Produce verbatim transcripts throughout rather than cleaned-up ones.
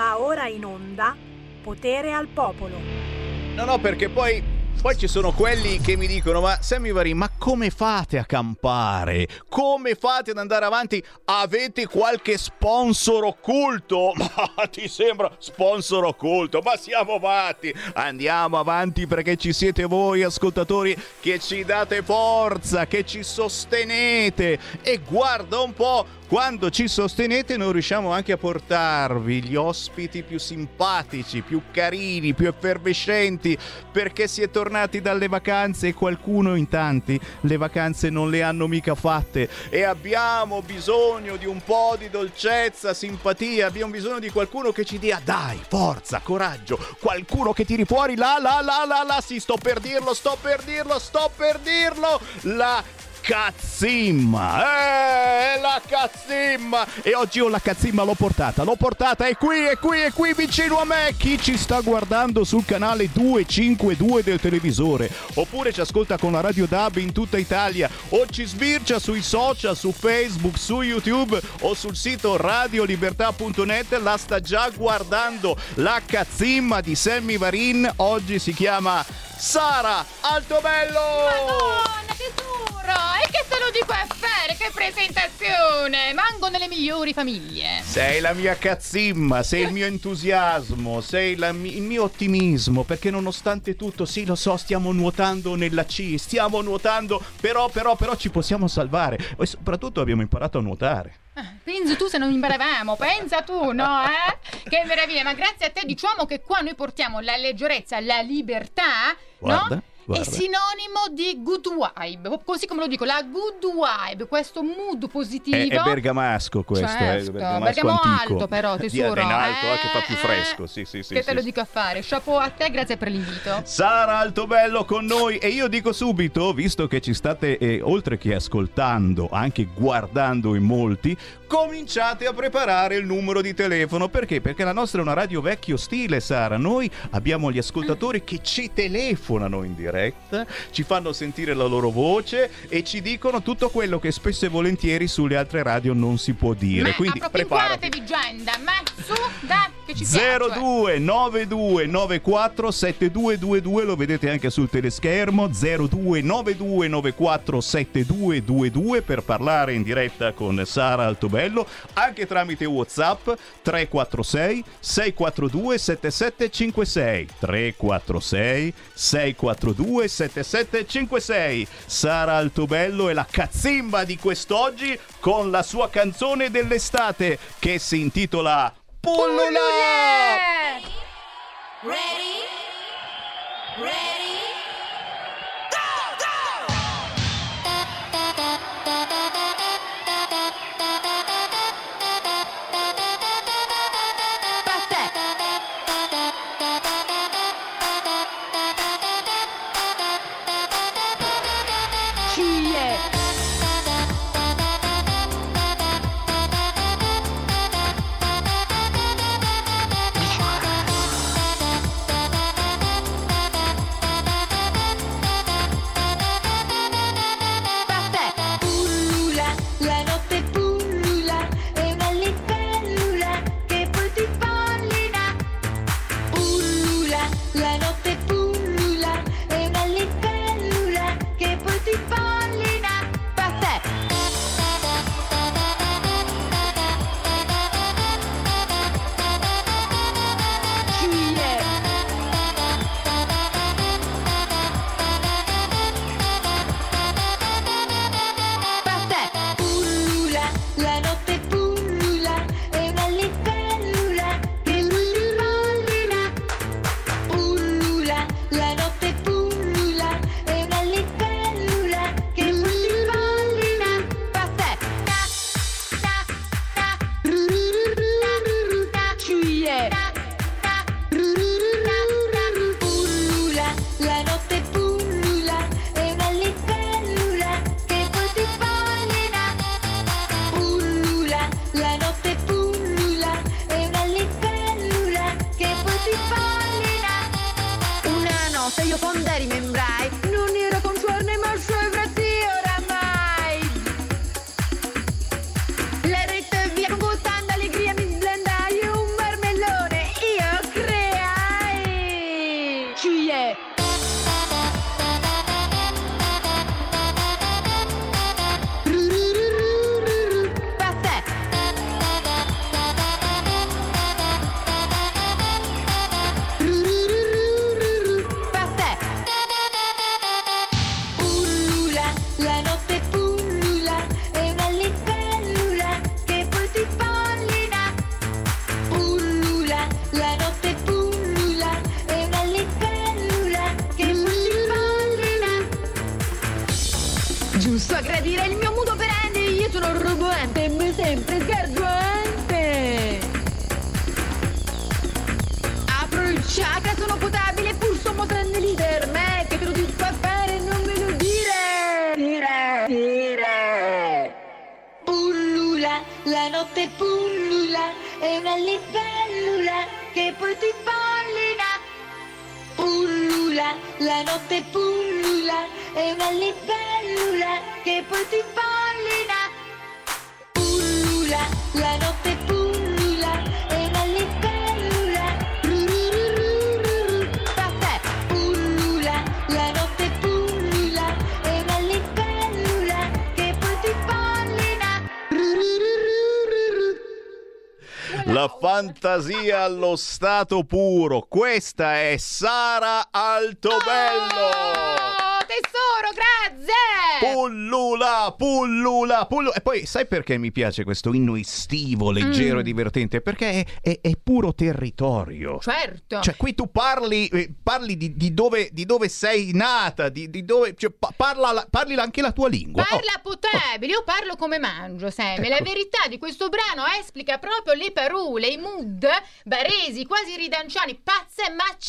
Va ora in onda Potere al Popolo. No, no, perché poi... Poi ci sono quelli che mi dicono: ma Sammy Varin, ma come fate a campare? Come fate ad andare avanti? Avete qualche sponsor occulto? Ma ti sembra sponsor occulto? Ma siamo matti! Andiamo avanti perché ci siete voi ascoltatori che ci date forza, che ci sostenete. E guarda un po', quando ci sostenete noi riusciamo anche a portarvi gli ospiti più simpatici, più carini, più effervescenti, perché si è tornati dalle vacanze e qualcuno in tanti le vacanze non le hanno mica fatte e abbiamo bisogno di un po' di dolcezza, simpatia, abbiamo bisogno di qualcuno che ci dia dai, forza, coraggio, qualcuno che tiri fuori la la la la la, sì, sto per dirlo, sto per dirlo, sto per dirlo, la cazzimma, eh, la cazzimma. E oggi io la cazzimma l'ho portata, l'ho portata, è qui, è qui, è qui vicino a me. Chi ci sta guardando sul canale duecentocinquantadue del televisore, oppure ci ascolta con la Radio D A B in tutta Italia, o ci sbircia sui social, su Facebook, su YouTube o sul sito radiolibertà punto net, la sta già guardando. La cazzimma di Sammy Varin oggi si chiama Sara Altobello. Madonna, tesoro! E che te lo dico a fare? Che presentazione! Mango nelle migliori famiglie. Sei la mia cazzimma, sei il mio entusiasmo, sei la mi- il mio ottimismo, perché nonostante tutto, sì, lo so, stiamo nuotando nella C, stiamo nuotando, però, però, però ci possiamo salvare. E soprattutto abbiamo imparato a nuotare. Pensa tu se non imparavamo, pensa tu, no, eh? Che meraviglia, ma grazie a te diciamo che qua noi portiamo la leggerezza, la libertà, Guarda. no? Guarda. È sinonimo di good vibe, così come lo dico, la good vibe, questo mood positivo. È, è bergamasco questo, certo, è bergamasco Bergamo antico. alto però, tesoro. In alto, eh? eh, che fa più fresco, sì, sì, sì. Che sì, te lo sì. dico a fare, chapeau a te, grazie per l'invito. Sara Altobello con noi, e io dico subito, visto che ci state eh, oltre che ascoltando, anche guardando in molti, cominciate a preparare il numero di telefono. Perché? Perché la nostra è una radio vecchio stile, Sara. Noi abbiamo gli ascoltatori che ci telefonano in diretta, ci fanno sentire la loro voce e ci dicono tutto quello che spesso e volentieri sulle altre radio non si può dire. Ma Quindi preparati. vicenda, ma su, da, che ci zero piace. due nove due nove quattro sette due due due, lo vedete anche sul teleschermo, zero due nove due nove quattro sette due due due per parlare in diretta con Sara Altobello, anche tramite WhatsApp tre quattro sei sei quattro due sette sette cinque sei, tre quattro sei sei quattro due sette sette cinque sei. Sara Altobello è la cazzimba di quest'oggi con la sua canzone dell'estate che si intitola Pullula! Ready? Ready? Go, go! Le rette via con tanta allegria mi sblendai un marmellone Sgarzante! Apro il chakra, sono potabile, pulso motore leader. Me che te lo dico a fare, non me lo dire! Dire, dire! Pullula, la notte pullula, è una libellula che poi ti pollina. Pullula, la notte pullula, è una libellula che poi ti pollina. Pullula, la notte pullula, è una libellula. Rurururururu, vabbè. Pullula, la notte pullula, è una libellula che poi ti pollina. Rurururururu. La fantasia allo stato puro. Questa è Sara Altobello. Oh, tesoro, grazie! Pullula, pullula, pullula. E poi sai perché mi piace questo inno estivo, leggero Mm. e divertente? Perché è, è- è puro territorio. Certo. Cioè, qui tu parli, eh, parli di, di dove, di dove sei nata, di, di dove, cioè, pa- parla, la- parli anche la tua lingua. Parla Oh, potabile, io parlo come mangio, Sammy. La Ecco. verità di questo brano esplica proprio le parole, i mood baresi, quasi ridanciani, pazze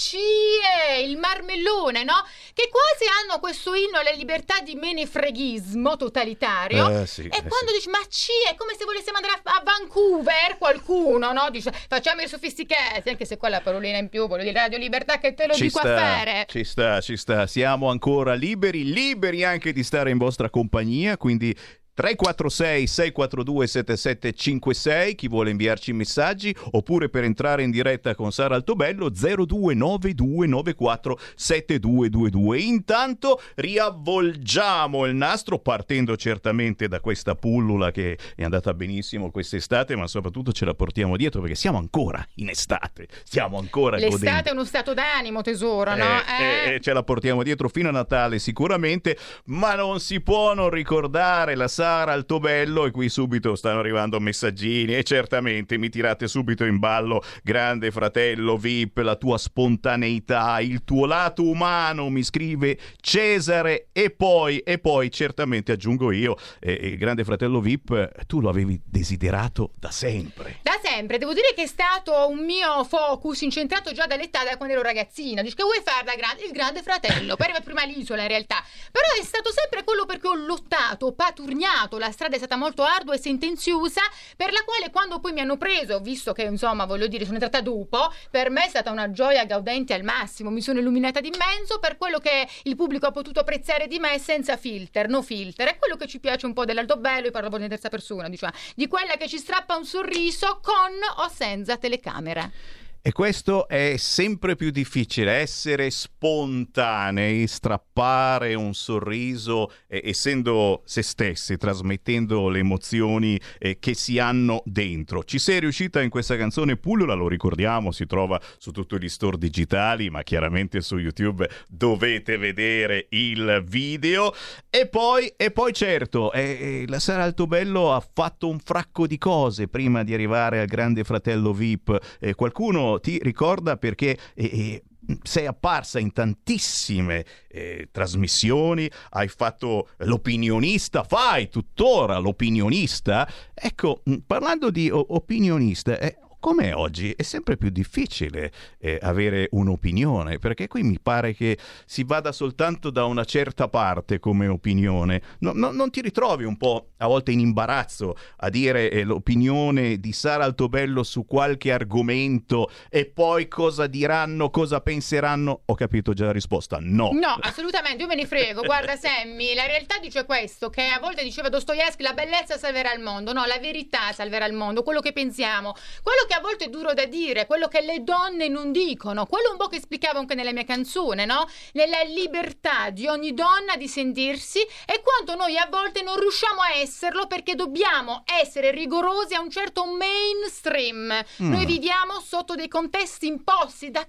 macie, il marmellone, no? Che quasi hanno questo inno alla libertà di menefreghismo totalitario. Eh, sì, e eh, quando sì. dici macie, è come se volessimo andare a, a Vancouver, qualcuno, no? Dice facciamo i sofisticati, anche se qua la parolina in più, voglio dire Radio Libertà che te lo Ci dico a sta, fare. ci sta, ci sta. Siamo ancora liberi, liberi anche di stare in vostra compagnia, quindi tre quattro sei sei quattro due sette sette cinque sei, chi vuole inviarci messaggi, oppure per entrare in diretta con Sara Altobello zero due nove due nove quattro sette due due due. Intanto riavvolgiamo il nastro partendo certamente da questa pullula che è andata benissimo quest'estate, ma soprattutto ce la portiamo dietro perché siamo ancora in estate, stiamo ancora godendo. L'estate è uno stato d'animo, tesoro, no? Eh, eh, eh, ce la portiamo dietro fino a Natale sicuramente, ma non si può non ricordare la Sara Altobello, e qui subito stanno arrivando messaggini e certamente mi tirate subito in ballo. Grande fratello V I P, la tua spontaneità, il tuo lato umano, mi scrive Cesare, e poi e poi certamente aggiungo io, eh, il grande fratello V I P, tu lo avevi desiderato da sempre. Da sempre, devo dire che è stato un mio focus incentrato già dall'età, da quando ero ragazzina. Dici che vuoi fare da grande? Il grande fratello. Poi arriva prima l'isola in realtà. Però è stato sempre quello perché ho lottato, ho paturgnato. La strada è stata molto ardua e sentenziosa, per la quale quando poi mi hanno preso, visto che insomma voglio dire sono entrata dopo, per me è stata una gioia gaudente al massimo. Mi sono illuminata d'immenso per quello che il pubblico ha potuto apprezzare di me senza filter, no filter. È quello che ci piace un po' dell'Altobello, io parlo proprio in terza persona, diciamo, di quella che ci strappa un sorriso con o senza telecamera. E questo è sempre più difficile, essere spontanei, strappare un sorriso, eh, essendo se stessi, trasmettendo le emozioni eh, che si hanno dentro. Ci sei riuscita in questa canzone Pullula, lo ricordiamo, si trova su tutti gli store digitali, ma chiaramente su YouTube dovete vedere il video. E poi, e poi certo, eh, la Sara Altobello ha fatto un fracco di cose prima di arrivare al grande fratello V I P. Eh, qualcuno ti ricorda perché eh, eh, sei apparsa in tantissime eh, trasmissioni, hai fatto l'opinionista, fai tuttora l'opinionista. Ecco, parlando di o- opinionista, eh, come oggi è sempre più difficile eh, avere un'opinione, perché qui mi pare che si vada soltanto da una certa parte come opinione. No, no, non ti ritrovi un po' a volte in imbarazzo a dire eh, l'opinione di Sara Altobello su qualche argomento e poi cosa diranno, cosa penseranno? Ho capito già la risposta, no. No, assolutamente, io me ne frego. Guarda Sammy, la realtà dice questo, che a volte diceva Dostoevsky, la bellezza salverà il mondo. No, la verità salverà il mondo, quello che pensiamo, quello che a volte è duro da dire, quello che le donne non dicono, quello un po' che spiegavo anche nella mia canzone, no? Nella libertà di ogni donna di sentirsi, e quanto noi a volte non riusciamo a esserlo perché dobbiamo essere rigorosi a un certo mainstream. Mm. Noi viviamo sotto dei contesti imposti da chi?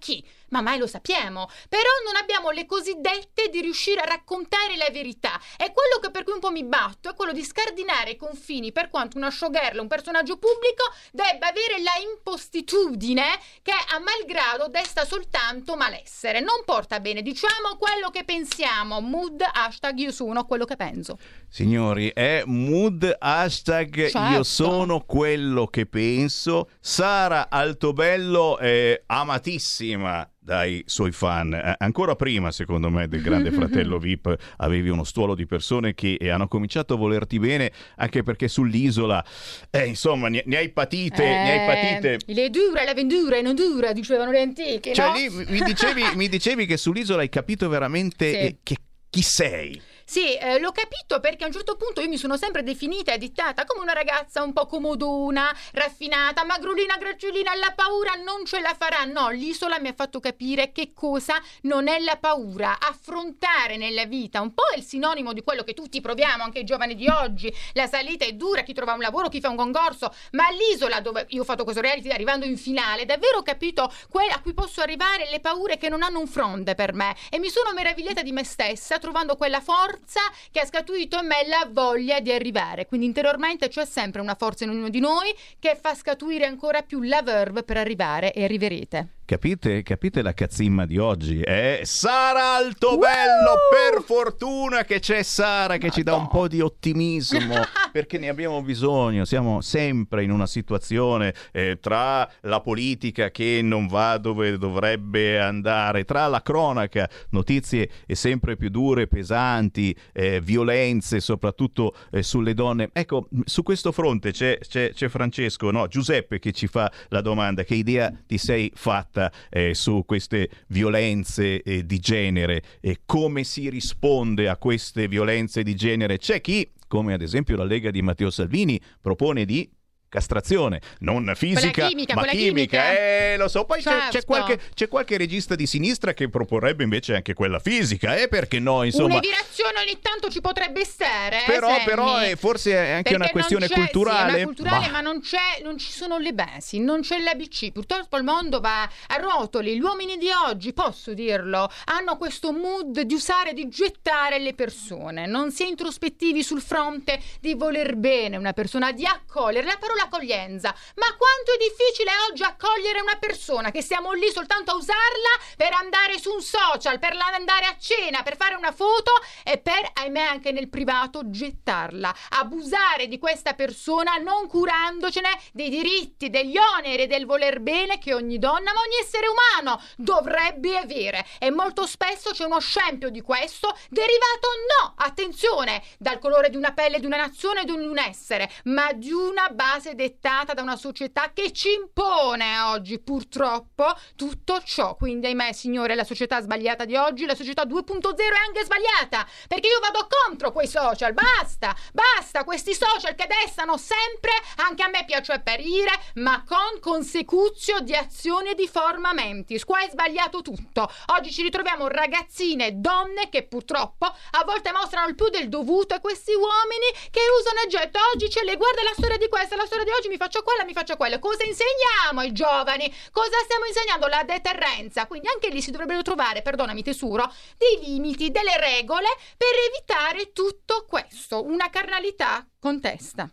ma mai lo sappiamo. Però non abbiamo le cosiddette di riuscire a raccontare la verità. E quello che per cui un po' mi batto è quello di scardinare i confini, per quanto una showgirl, un personaggio pubblico, debba avere la impostitudine che a malgrado desta soltanto malessere. Non porta bene, diciamo quello che pensiamo. Mood hashtag io sono quello che penso. Signori, è mood hashtag Certo. io sono quello che penso. Sara Altobello è amatissima dai suoi fan. Eh, ancora prima, secondo me, del Grande Fratello V I P avevi uno stuolo di persone che eh, hanno cominciato a volerti bene, anche perché sull'isola, eh, insomma, ne, ne hai patite, Eh, ne hai patite. Le dura, la vendura, non dura, dicevano le antiche, Cioè no? lì mi dicevi, mi dicevi che sull'isola hai capito veramente Sì. eh, che chi sei. Sì, eh, l'ho capito perché a un certo punto io mi sono sempre definita e dittata come una ragazza un po' comodona, raffinata, magrolina, gracilina, la paura non ce la farà. No, l'isola mi ha fatto capire che cosa non è la paura. Affrontare nella vita un po' è il sinonimo di quello che tutti proviamo, anche i giovani di oggi. La salita è dura, chi trova un lavoro, chi fa un concorso, ma l'isola dove io ho fatto questo reality arrivando in finale, davvero ho capito que- a cui posso arrivare, le paure che non hanno un fronte per me, e mi sono meravigliata di me stessa trovando quella forza che ha scaturito in me la voglia di arrivare. Quindi interiormente c'è sempre una forza in ognuno di noi che fa scaturire ancora più la verve per arrivare, e arriverete. Capite? Capite la cazzimma di oggi? È Sara Altobello! Uh! Per fortuna che c'è Sara che ci dà un po' di ottimismo, perché ne abbiamo bisogno. Siamo sempre in una situazione eh, tra la politica che non va dove dovrebbe andare, tra la cronaca, notizie sempre più dure, pesanti, eh, violenze soprattutto eh, sulle donne. Ecco, su questo fronte c'è, c'è, c'è Francesco, no, Giuseppe, che ci fa la domanda: che idea ti sei fatta Eh, su queste violenze eh, di genere, e come si risponde a queste violenze di genere? C'è chi, come ad esempio la Lega di Matteo Salvini, propone di castrazione, non fisica, Quella chimica, ma quella chimica. chimica. Eh, lo so. Poi c'è, c'è, Certo. qualche, c'è qualche regista di sinistra che proporrebbe invece anche quella fisica, eh, perché no, insomma. Un'evirazione ogni tanto ci potrebbe stare, eh, Però, Sammy? però eh, forse è anche Perché una questione non c'è- culturale. sì, è una culturale, Bah. ma non c'è, non ci sono le basi, non c'è l'A B C. Purtroppo il mondo va a rotoli. Gli uomini di oggi, posso dirlo, hanno questo mood di usare, di gettare le persone. Non si è introspettivi sul fronte di voler bene una persona, di accogliere. La parola accoglienza. Ma quanto è difficile oggi accogliere una persona, che siamo lì soltanto a usarla per andare su un social, per andare a cena, per fare una foto e per, ahimè, anche nel privato gettarla. Abusare di questa persona non curandocene dei diritti, degli oneri e del voler bene che ogni donna, ma ogni essere umano dovrebbe avere. E molto spesso c'è uno scempio di questo derivato, no, attenzione, dal colore di una pelle, di una nazione, di un essere, ma di una base dettata da una società che ci impone oggi purtroppo tutto ciò. Quindi, ahimè, signore, la società sbagliata di oggi, la società due punto zero è anche sbagliata, perché io vado contro quei social. Basta, basta questi social che destano sempre, anche a me piace apparire, ma con consecuzio di azioni e di formamenti. Qua è sbagliato tutto. Oggi ci ritroviamo ragazzine, donne che purtroppo a volte mostrano il più del dovuto, e questi uomini che usano e getto. Oggi ce le guarda la storia di questa, la storia di oggi, mi faccio quella, mi faccio quella. Cosa insegniamo ai giovani? Cosa stiamo insegnando? La deterrenza. Quindi anche lì si dovrebbero trovare, perdonami tesoro, dei limiti, delle regole per evitare tutto questo. Una carnalità con testa.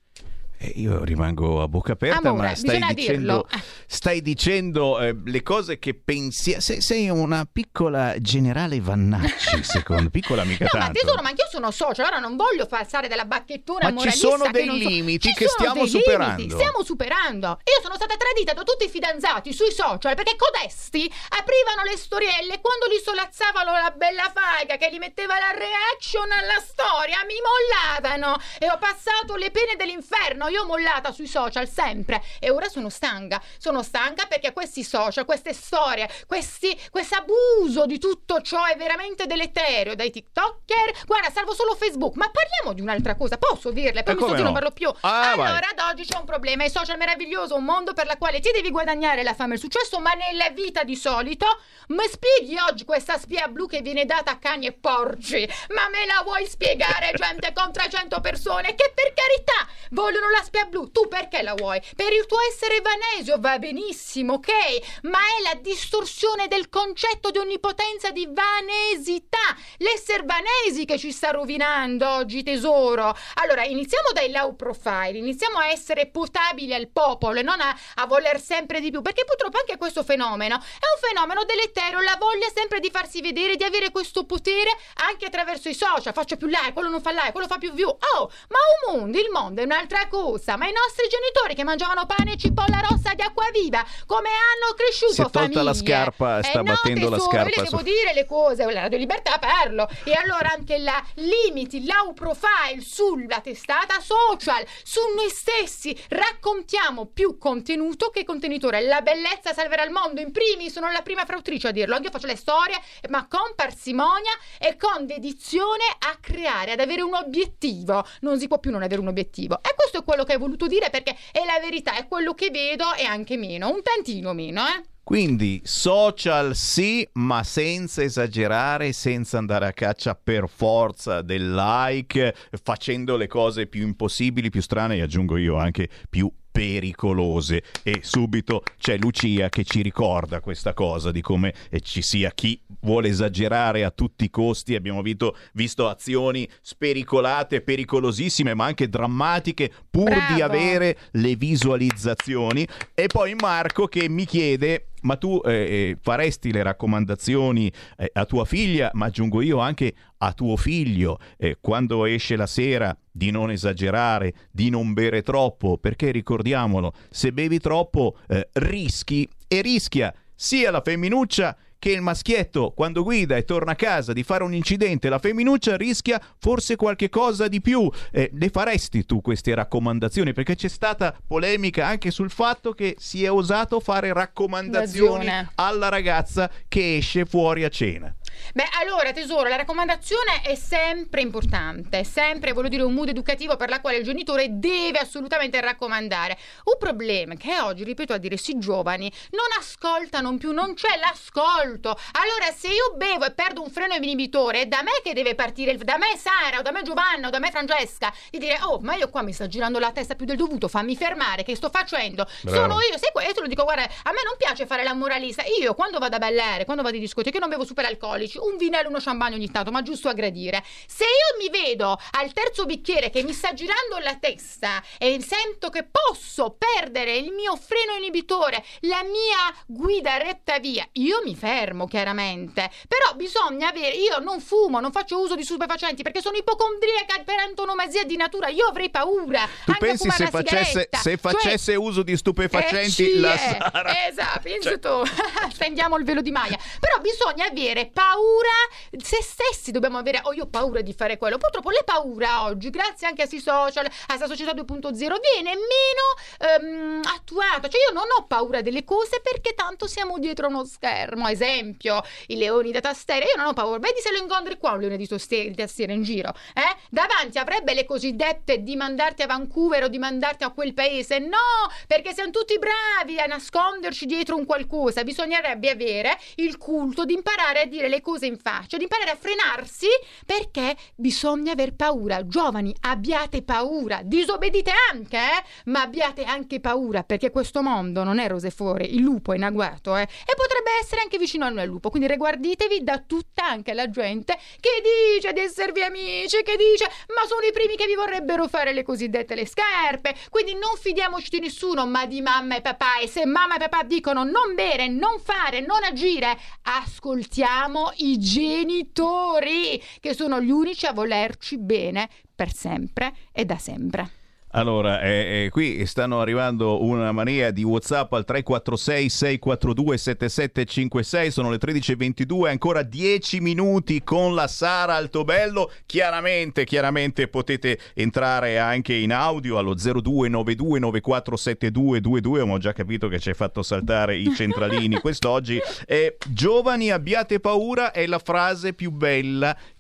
Eh, io rimango a bocca aperta, Amore, ma stai bisogna dicendo, dirlo. stai dicendo eh, le cose che pensi. Sei, sei una piccola generale Vannacci, secondo piccola mica No, tanto. ma tesoro, ma anch'io sono social, ora non voglio falsare della bacchettona Ma ci moralista. sono che dei non so- limiti Ci che sono stiamo dei superando. limiti, stiamo superando. Io sono stata tradita da tutti i fidanzati sui social, perché codesti aprivano le storielle, quando li solazzavano la bella faiga che gli metteva la reaction alla storia, mi mollavano, e ho passato le pene dell'inferno. Io ho mollata sui social sempre, e ora sono stanca. Sono stanca perché questi social, queste storie, questi, questo abuso di tutto ciò è veramente deleterio. Dai TikToker, guarda, salvo solo Facebook. Ma parliamo di un'altra cosa, posso dirle? Poi Eh, mi sto come zitto, no? non parlo più. Ah, allora, vai. ad oggi c'è un problema. I social meraviglioso, un mondo per la quale ti devi guadagnare la fama e il successo, ma nella vita di solito mi spieghi oggi questa spia blu che viene data a cani e porci? Ma me la vuoi spiegare, gente con trecento persone che per carità vogliono la spia blu, tu perché la vuoi? Per il tuo essere vanesio, va benissimo, ok? Ma è la distorsione del concetto di onnipotenza, di vanesità, l'essere vanesi che ci sta rovinando oggi, tesoro. Allora, iniziamo dai low profile, iniziamo a essere potabili al popolo e non a, a voler sempre di più, perché purtroppo anche questo fenomeno è un fenomeno deleterio, la voglia sempre di farsi vedere, di avere questo potere anche attraverso i social. Faccio più like, quello non fa like, quello fa più view. Oh, ma un mondo, il mondo è un'altra cosa. Ma i nostri genitori che mangiavano pane e cipolla rossa di Acquaviva, come hanno cresciuto si è tolta famiglie? la scarpa, sta eh no, battendo tesoro, la scarpa io le devo su... dire le cose, la Radio Libertà parlo. E allora anche la limiti, low profile sulla testata social, su noi stessi, raccontiamo più contenuto che contenitore. La bellezza salverà il mondo, in primis, sono la prima frautrice a dirlo, anche io faccio le storie, ma con parsimonia e con dedizione a creare, ad avere un obiettivo. Non si può più non avere un obiettivo, e questo è quello che hai voluto dire, perché è la verità, è quello che vedo, e anche meno, un tantino meno, eh. Quindi social sì, ma senza esagerare, senza andare a caccia per forza del like, facendo le cose più impossibili, più strane, e aggiungo io anche più pericolose. E subito c'è Lucia che ci ricorda questa cosa di come eh, ci sia chi vuole esagerare a tutti i costi. Abbiamo visto, visto azioni spericolate, pericolosissime, ma anche drammatiche, pur Bravo. di avere le visualizzazioni. E poi Marco che mi chiede: ma tu eh, faresti le raccomandazioni eh, a tua figlia, ma aggiungo io anche a tuo figlio, eh, quando esce la sera, di non esagerare, di non bere troppo, perché ricordiamolo, se bevi troppo eh, rischi e rischia sia la femminuccia che il maschietto quando guida e torna a casa di fare un incidente. La femminuccia rischia forse qualche cosa di più. Eh, le faresti tu queste raccomandazioni? Perché c'è stata polemica anche sul fatto che si è osato fare raccomandazioni Ragione. alla ragazza che esce fuori a cena. Beh, allora tesoro, la raccomandazione è sempre importante, è sempre, voglio dire, un mood educativo per la quale il genitore deve assolutamente raccomandare. Un problema è che oggi, ripeto a dire, si giovani non ascoltano più, non c'è l'ascolto. Allora, se io bevo e perdo un freno inibitore, è da me che deve partire, il, da me Sara, o da me Giovanna, o da me Francesca, di dire: oh, ma io qua mi sta girando la testa più del dovuto, fammi fermare, che sto facendo? Bravo. Sono io, sai questo, lo dico, guarda, a me non piace fare la moralista. Io quando vado a ballare, quando vado in discoteca, non bevo super alcolici, un vinello, uno champagne ogni tanto, ma giusto a gradire. Se io mi vedo al terzo bicchiere che mi sta girando la testa e sento che posso perdere il mio freno inibitore, la mia guida retta via, io mi fermo, chiaramente. Però bisogna avere, io non fumo, non faccio uso di stupefacenti perché sono ipocondriaca per antonomasia di natura, io avrei paura. Tu anche pensi a se fumare una facesse, sigaretta. se facesse Cioè, uso di stupefacenti eh, la sì, eh. Sara? Esatto, pensi Cioè- tu. Stendiamo il velo di Maya. Però bisogna avere paura, se stessi dobbiamo avere, oh, io ho paura di fare quello. Purtroppo le paura oggi, grazie anche a questi social, a questa società due punto zero, viene meno ehm, attuata. Cioè io non ho paura delle cose perché tanto siamo dietro uno schermo. Esempio, i leoni da tastiera, io non ho paura. Vedi se lo incontri qua un leone di tastiera, di tastiera in giro, eh? Davanti avrebbe le cosiddette di mandarti a Vancouver o di mandarti a quel paese. No, perché siamo tutti bravi a nasconderci dietro un qualcosa. Bisognerebbe avere il culto di imparare a dire le cose in faccia, di imparare a frenarsi, perché bisogna aver paura. Giovani, abbiate paura, disobbedite anche, eh? Ma abbiate anche paura, perché questo mondo non è rose fuori, il lupo è in agguato, eh? E potrebbe essere anche vicino a noi il lupo, quindi riguarditevi da tutta anche la gente che dice di esservi amici, che dice ma sono i primi che vi vorrebbero fare le cosiddette le scarpe. Quindi non fidiamoci di nessuno, ma di mamma e papà. E se mamma e papà dicono non bere, non fare, non agire, ascoltiamo i genitori, che sono gli unici a volerci bene per sempre e da sempre. Allora, eh, eh, qui stanno arrivando una mania di WhatsApp al tre quattro sei sei quattro due sette sette cinque sei, sono le tredici e ventidue, ancora dieci minuti con la Sara Altobello. Chiaramente, chiaramente potete entrare anche in audio allo zero due nove due nove quattro sette due due due, ma ho già capito che ci hai fatto saltare i centralini quest'oggi. Eh, giovani, abbiate paura è la frase più bella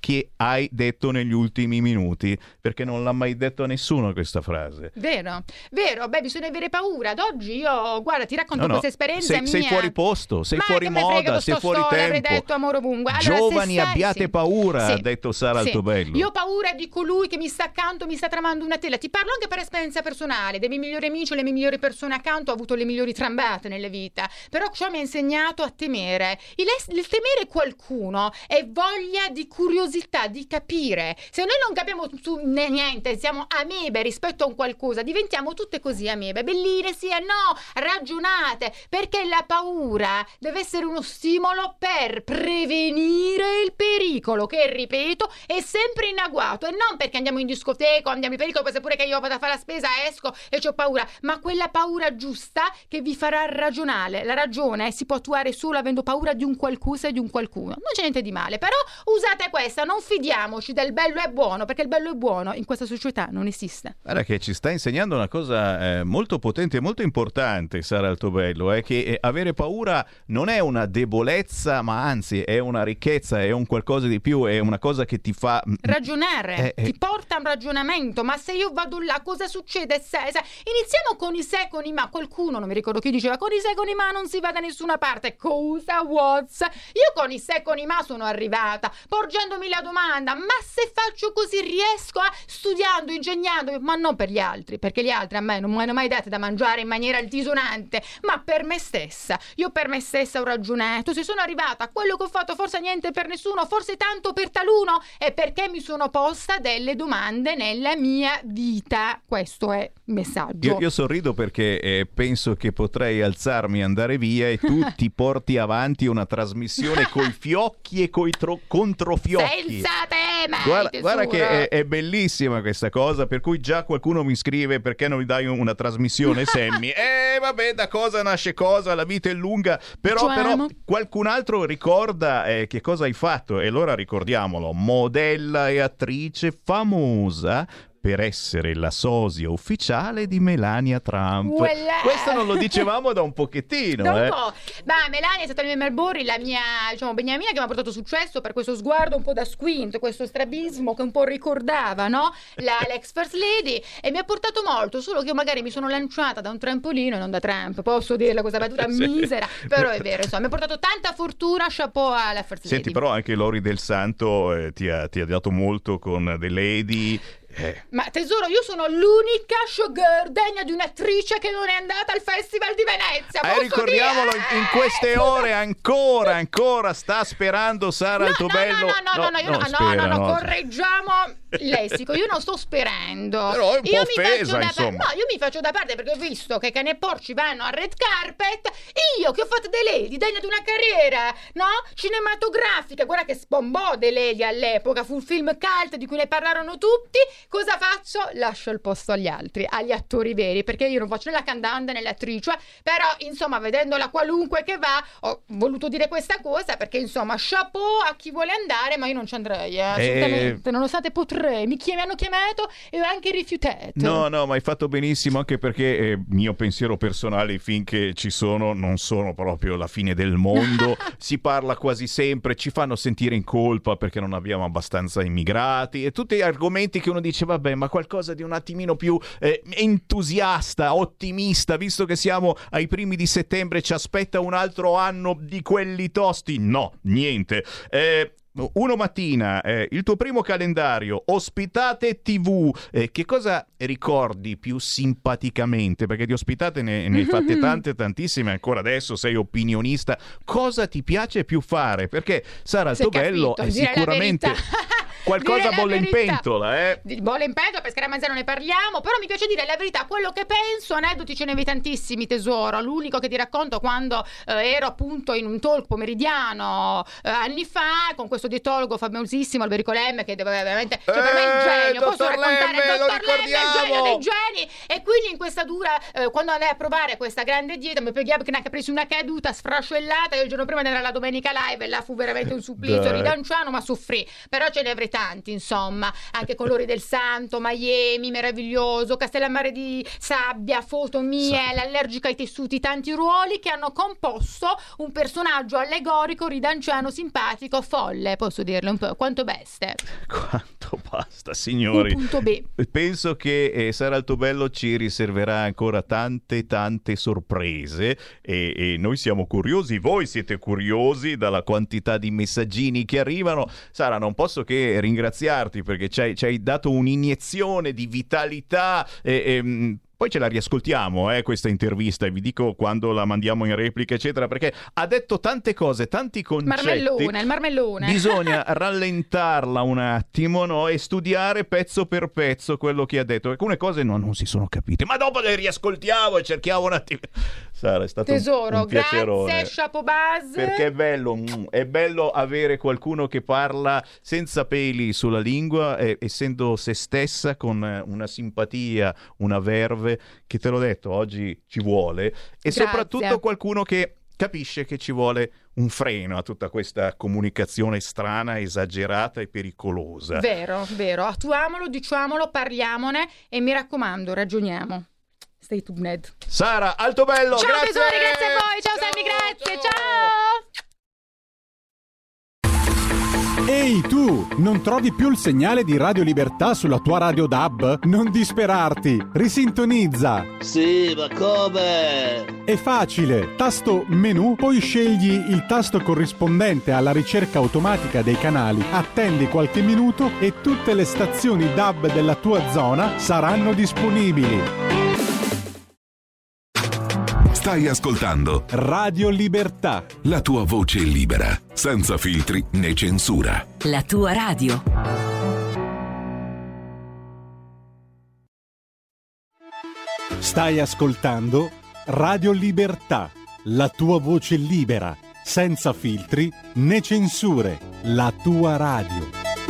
che hai detto negli ultimi minuti, perché non l'ha mai detto a nessuno questa frase. Vero, vero, beh, bisogna avere paura. Ad oggi io, guarda, ti racconto No, no, questa esperienza sei, mia. sei fuori posto, sei Ma fuori che me frega, moda, sto sei fuori storia, tempo. avrei detto amore ovunque. Allora, Giovani, se sai, abbiate sì. paura, Sì. ha detto Sara Sì. Altobello. Io ho paura di colui che mi sta accanto, mi sta tramando una tela. Ti parlo anche per esperienza personale, dei miei migliori amici o le mie migliori persone accanto. Ho avuto le migliori trambate nella vita, però ciò mi ha insegnato a temere. Il, il temere qualcuno è voglia di curiosità, di capire. Se noi non capiamo su niente, siamo amebe rispetto a un qualcosa, diventiamo tutte così amebe, belline sì e no, ragionate, perché la paura deve essere uno stimolo per prevenire il pericolo, che ripeto è sempre in agguato, e non perché andiamo in discoteca o andiamo in pericolo, poi pure che io vado a fare la spesa, esco e c'ho paura, ma quella paura giusta che vi farà ragionare. La ragione si può attuare solo avendo paura di un qualcosa e di un qualcuno, non c'è niente di male, però usate questa, non fidiamoci del bello e buono, perché il bello e buono in questa società non esiste. Guarda che ci sta insegnando una cosa eh, molto potente e molto importante, Sara Altobello, è che eh, avere paura non è una debolezza, ma anzi è una ricchezza, è un qualcosa di più, è una cosa che ti fa ragionare, eh, eh. ti porta a un ragionamento. Ma se io vado là, cosa succede? Se, se... Iniziamo con i se, con i ma. Qualcuno, non mi ricordo chi diceva, con i se, con i ma non si va da nessuna parte. Cosa, what's? Io con i se, con i ma sono arrivata, porgendomi la domanda, ma se faccio così riesco a, studiando, ingegnando, ma non per gli altri, perché gli altri a me non mi hanno mai dato da mangiare in maniera altisonante, ma per me stessa. Io per me stessa ho ragionato, se sono arrivata a quello che ho fatto, forse niente per nessuno, forse tanto per taluno, è perché mi sono posta delle domande nella mia vita. Questo è il messaggio. Io, io sorrido perché eh, penso che potrei alzarmi e andare via e tu ti porti avanti una trasmissione coi fiocchi e coi tro- controfiocchi. Senza tema. Guarda, guarda che è, è bellissima questa cosa, per cui già qualcuno mi scrive: perché non mi dai una trasmissione, Sammy? Eh vabbè, da cosa nasce cosa, la vita è lunga, però, però qualcun altro ricorda eh, che cosa hai fatto, e allora ricordiamolo: modella e attrice famosa per essere la sosia ufficiale di Melania Trump. Voilà. Questo non lo dicevamo da un pochettino. Da un eh. po'. Ma Melania è stata la mia Melbourne, la mia, diciamo, beniamina, che mi ha portato successo per questo sguardo un po' da squint, questo strabismo che un po' ricordava, no? La, l'ex first lady, e mi ha portato molto, solo che io magari mi sono lanciata da un trampolino e non da Trump, posso dirla questa battuta Sì. misera, però è vero, insomma, mi ha portato tanta fortuna, chapeau alla first lady. Senti, però anche Lori Del Santo eh, ti, ha, ti ha dato molto con The Lady. Eh. Ma tesoro, io sono l'unica showgirl degna di un'attrice che non è andata al Festival di Venezia. Eh, posso ricordiamolo, dire? in, in queste ore ancora, ancora sta sperando Sara No, Altobello. no, no, no, no, no, io no, no, spera, no, no, no. correggiamo il lessico. Io non sto sperando. Però è un po' io mi offesa, faccio da par- insomma. No, io mi faccio da parte perché ho visto che cane e porci vanno al red carpet. Io che ho fatto The Lady, degna di una carriera, no? Cinematografica. Guarda che sbombò The Lady all'epoca. Fu un film cult di cui ne parlarono tutti. Cosa faccio? Lascio il posto agli altri, agli attori veri, perché io non faccio né la cantante né l'attrice. Però, insomma, vedendola qualunque che va, ho voluto dire questa cosa, perché, insomma, chapeau a chi vuole andare, ma io non ci andrei, eh, assolutamente. Nonostante potrei, mi, chiam- mi hanno chiamato e ho anche rifiutato. No, no, ma hai fatto benissimo, anche perché eh, mio pensiero personale, i film che ci sono non sono proprio la fine del mondo. Si parla quasi sempre, ci fanno sentire in colpa perché non abbiamo abbastanza immigrati e tutti gli argomenti che uno dice vabbè, ma qualcosa di un attimino più eh, entusiasta, ottimista, visto che siamo ai primi di settembre, ci aspetta un altro anno di quelli tosti. No, niente. Eh, Uno mattina, eh, il tuo primo calendario, ospitate tivù, eh, che cosa ricordi più simpaticamente? Perché di ospitate ne, ne hai fatte tante, tantissime, ancora adesso sei opinionista. Cosa ti piace più fare? Perché Sara Altobello è sicuramente qualcosa bolle in pentola, eh? Bolle in pentola, per Scaramanzia non ne parliamo, però mi piace dire la verità, quello che penso. Aneddoti ce ne avevi tantissimi, tesoro. L'unico che ti racconto quando eh, ero appunto in un talk pomeridiano eh, anni fa con questo dietologo famosissimo Alberico Lemme, che deve veramente, cioè, per me è un genio, posso raccontare Lemme, il lo dottor Lemme, il genio dei ricordiamo. geni. E quindi in questa dura eh, quando andai a provare questa grande dieta mi preghiamo che ne ha preso una caduta sfrascellata, e il giorno prima era la domenica live e là fu veramente un supplizio Dai. ridanciano, ma soffrì. Però ce ne avrei tanti, insomma, anche Colori del Santo, Miami, meraviglioso, Castellammare di Sabbia, Foto mie, l'allergica ai tessuti, tanti ruoli che hanno composto un personaggio allegorico, ridanciano, simpatico, folle, posso dirle un po', quanto beste. Quanto basta, signori. Punto B. Penso che eh, Sara Altobello ci riserverà ancora tante tante sorprese e, e noi siamo curiosi, voi siete curiosi dalla quantità di messaggini che arrivano. Sara, non posso che ringraziarti perché ci hai, ci hai dato un'iniezione di vitalità e, e poi ce la riascoltiamo, eh, questa intervista, e vi dico quando la mandiamo in replica, eccetera, perché ha detto tante cose, tanti concetti. Marmellone, il marmellone. Bisogna rallentarla un attimo, no? E studiare pezzo per pezzo quello che ha detto. Alcune cose no, non si sono capite, ma dopo le riascoltiamo e cerchiamo un attimo. Sara, è stato Tesoro, un, un piacerone. grazie, chapeau base. Perché è bello, mm, è bello avere qualcuno che parla senza peli sulla lingua, eh, essendo se stessa, con una simpatia, una verve, che te l'ho detto, oggi ci vuole, e Grazie. soprattutto qualcuno che capisce che ci vuole un freno a tutta questa comunicazione strana, esagerata e pericolosa. Vero, vero, attuamolo, diciamolo, parliamone e mi raccomando, ragioniamo. Stay tuned. Sara Altobello, ciao grazie! tesori, grazie a voi, ciao, ciao Sammy, grazie, ciao! Ehi tu, non trovi più il segnale di Radio Libertà sulla tua radio D A B? Non disperarti, risintonizza! Sì, ma come? È facile, tasto menu, poi scegli il tasto corrispondente alla ricerca automatica dei canali, attendi qualche minuto e tutte le stazioni D A B della tua zona saranno disponibili. Stai ascoltando Radio Libertà, la tua voce libera, senza filtri né censura. La tua radio. Stai ascoltando Radio Libertà, la tua voce libera, senza filtri né censure. La tua radio.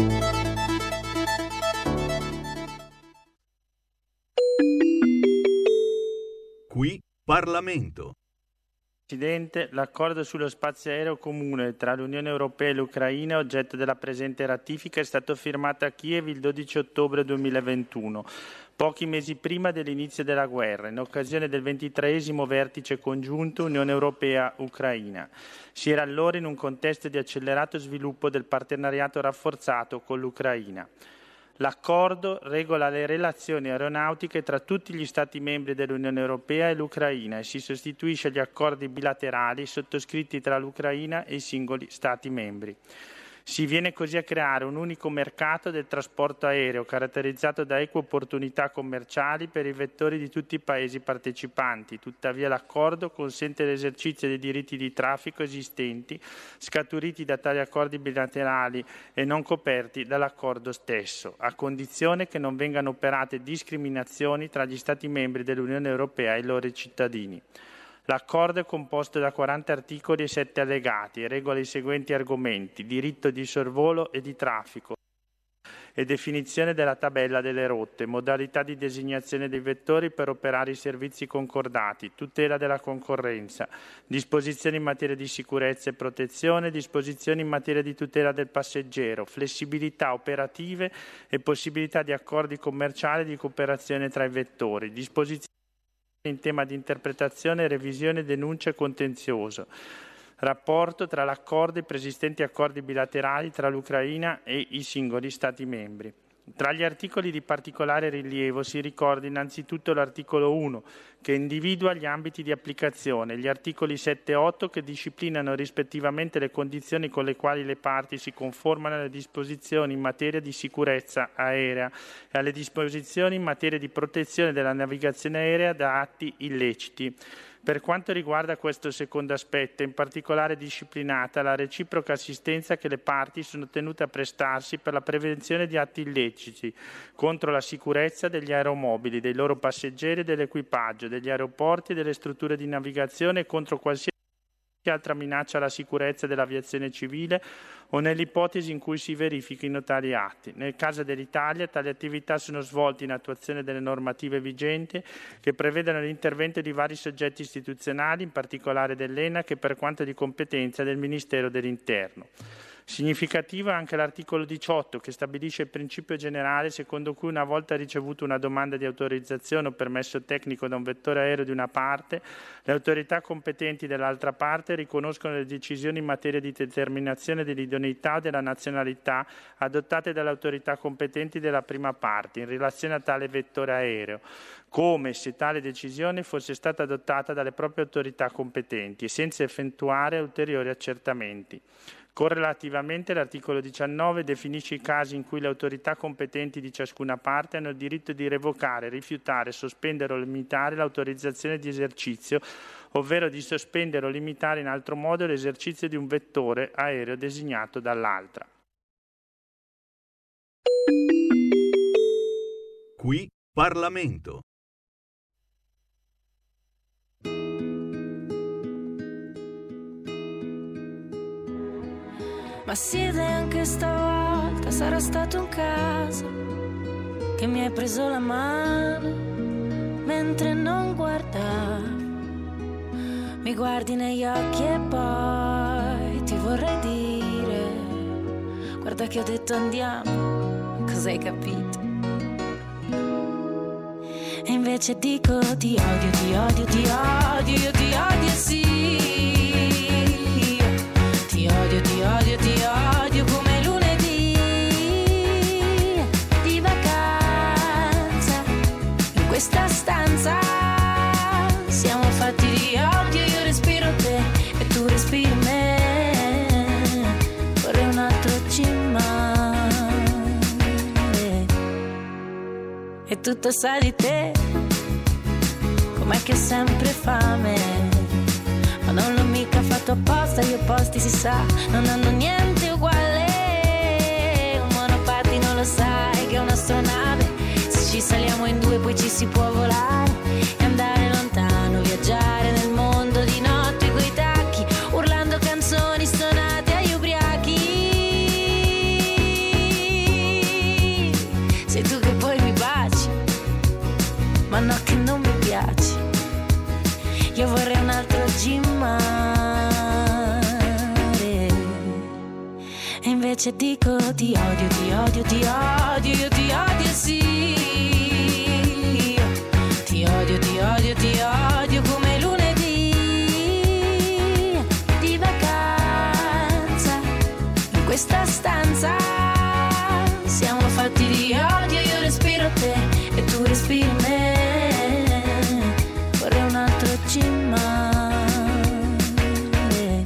Qui Parlamento. Presidente, l'accordo sullo spazio aereo comune tra l'Unione Europea e l'Ucraina, oggetto della presente ratifica, è stato firmato a Kiev il dodici ottobre duemilaventuno, pochi mesi prima dell'inizio della guerra, in occasione del ventitreesimo vertice congiunto Unione Europea-Ucraina. Si era allora in un contesto di accelerato sviluppo del partenariato rafforzato con l'Ucraina. L'accordo regola le relazioni aeronautiche tra tutti gli Stati membri dell'Unione Europea e l'Ucraina e si sostituisce agli accordi bilaterali sottoscritti tra l'Ucraina e i singoli Stati membri. Si viene così a creare un unico mercato del trasporto aereo caratterizzato da eque opportunità commerciali per i vettori di tutti i Paesi partecipanti. Tuttavia l'accordo consente l'esercizio dei diritti di traffico esistenti scaturiti da tali accordi bilaterali e non coperti dall'accordo stesso, a condizione che non vengano operate discriminazioni tra gli Stati membri dell'Unione Europea e i loro cittadini. L'accordo è composto da quaranta articoli e sette allegati e regola i seguenti argomenti: diritto di sorvolo e di traffico e definizione della tabella delle rotte, modalità di designazione dei vettori per operare i servizi concordati, tutela della concorrenza, disposizioni in materia di sicurezza e protezione, disposizioni in materia di tutela del passeggero, flessibilità operative e possibilità di accordi commerciali e di cooperazione tra i vettori, disposizioni in tema di interpretazione, revisione, denuncia e contenzioso, rapporto tra l'accordo e i preesistenti accordi bilaterali tra l'Ucraina e i singoli Stati membri. Tra gli articoli di particolare rilievo si ricorda innanzitutto l'articolo uno, che individua gli ambiti di applicazione, gli articoli sette e otto che disciplinano rispettivamente le condizioni con le quali le parti si conformano alle disposizioni in materia di sicurezza aerea e alle disposizioni in materia di protezione della navigazione aerea da atti illeciti. Per quanto riguarda questo secondo aspetto, in particolare disciplinata la reciproca assistenza che le parti sono tenute a prestarsi per la prevenzione di atti illeciti contro la sicurezza degli aeromobili, dei loro passeggeri e dell'equipaggio, degli aeroporti e delle strutture di navigazione e contro qualsiasi altra minaccia alla sicurezza dell'aviazione civile o nell'ipotesi in cui si verifichino tali atti. Nel caso dell'Italia, tali attività sono svolte in attuazione delle normative vigenti che prevedono l'intervento di vari soggetti istituzionali, in particolare dell'E N A C e per quanto di competenza del Ministero dell'Interno. Significativo è anche l'articolo diciotto, che stabilisce il principio generale secondo cui una volta ricevuto una domanda di autorizzazione o permesso tecnico da un vettore aereo di una parte, le autorità competenti dell'altra parte riconoscono le decisioni in materia di determinazione dell'idoneità o della nazionalità adottate dalle autorità competenti della prima parte in relazione a tale vettore aereo, come se tale decisione fosse stata adottata dalle proprie autorità competenti e senza effettuare ulteriori accertamenti. Correlativamente l'articolo diciannove definisce i casi in cui le autorità competenti di ciascuna parte hanno il diritto di revocare, rifiutare, sospendere o limitare l'autorizzazione di esercizio, ovvero di sospendere o limitare in altro modo l'esercizio di un vettore aereo designato dall'altra. Qui Parlamento. Ma sì, dai, anche stavolta sarà stato un caso che mi hai preso la mano mentre non guardavo. Mi guardi negli occhi e poi ti vorrei dire: guarda che ho detto andiamo, cosa hai capito? E invece dico ti odio, ti odio, ti odio, io ti odio sì. Ti odio, ti odio, ti odio come lunedì di vacanza. In questa stanza siamo fatti di odio, io respiro te e tu respiri me. Vorrei un altro cimare e tutto sa di te, com'è che ho sempre fame. Ma non l'ho mica fatto apposta, io posti si sa, non hanno niente uguale. Un monopattino lo sai che è un'astronave, se ci saliamo in due poi ci si può volare e andare lontano, viaggiare nel mondo di notte coi tacchi, urlando canzoni stonate agli ubriachi. Sei tu che poi mi baci, ma no che non mi piaci. Io vorrei un altro gimmare e invece dico ti odio, ti odio, ti odio, io ti odio sì. Ti odio, ti odio, ti odio come lunedì di vacanza. In questa stanza siamo fatti di odio, io respiro te e tu respiri me. Vorrei un altro cimare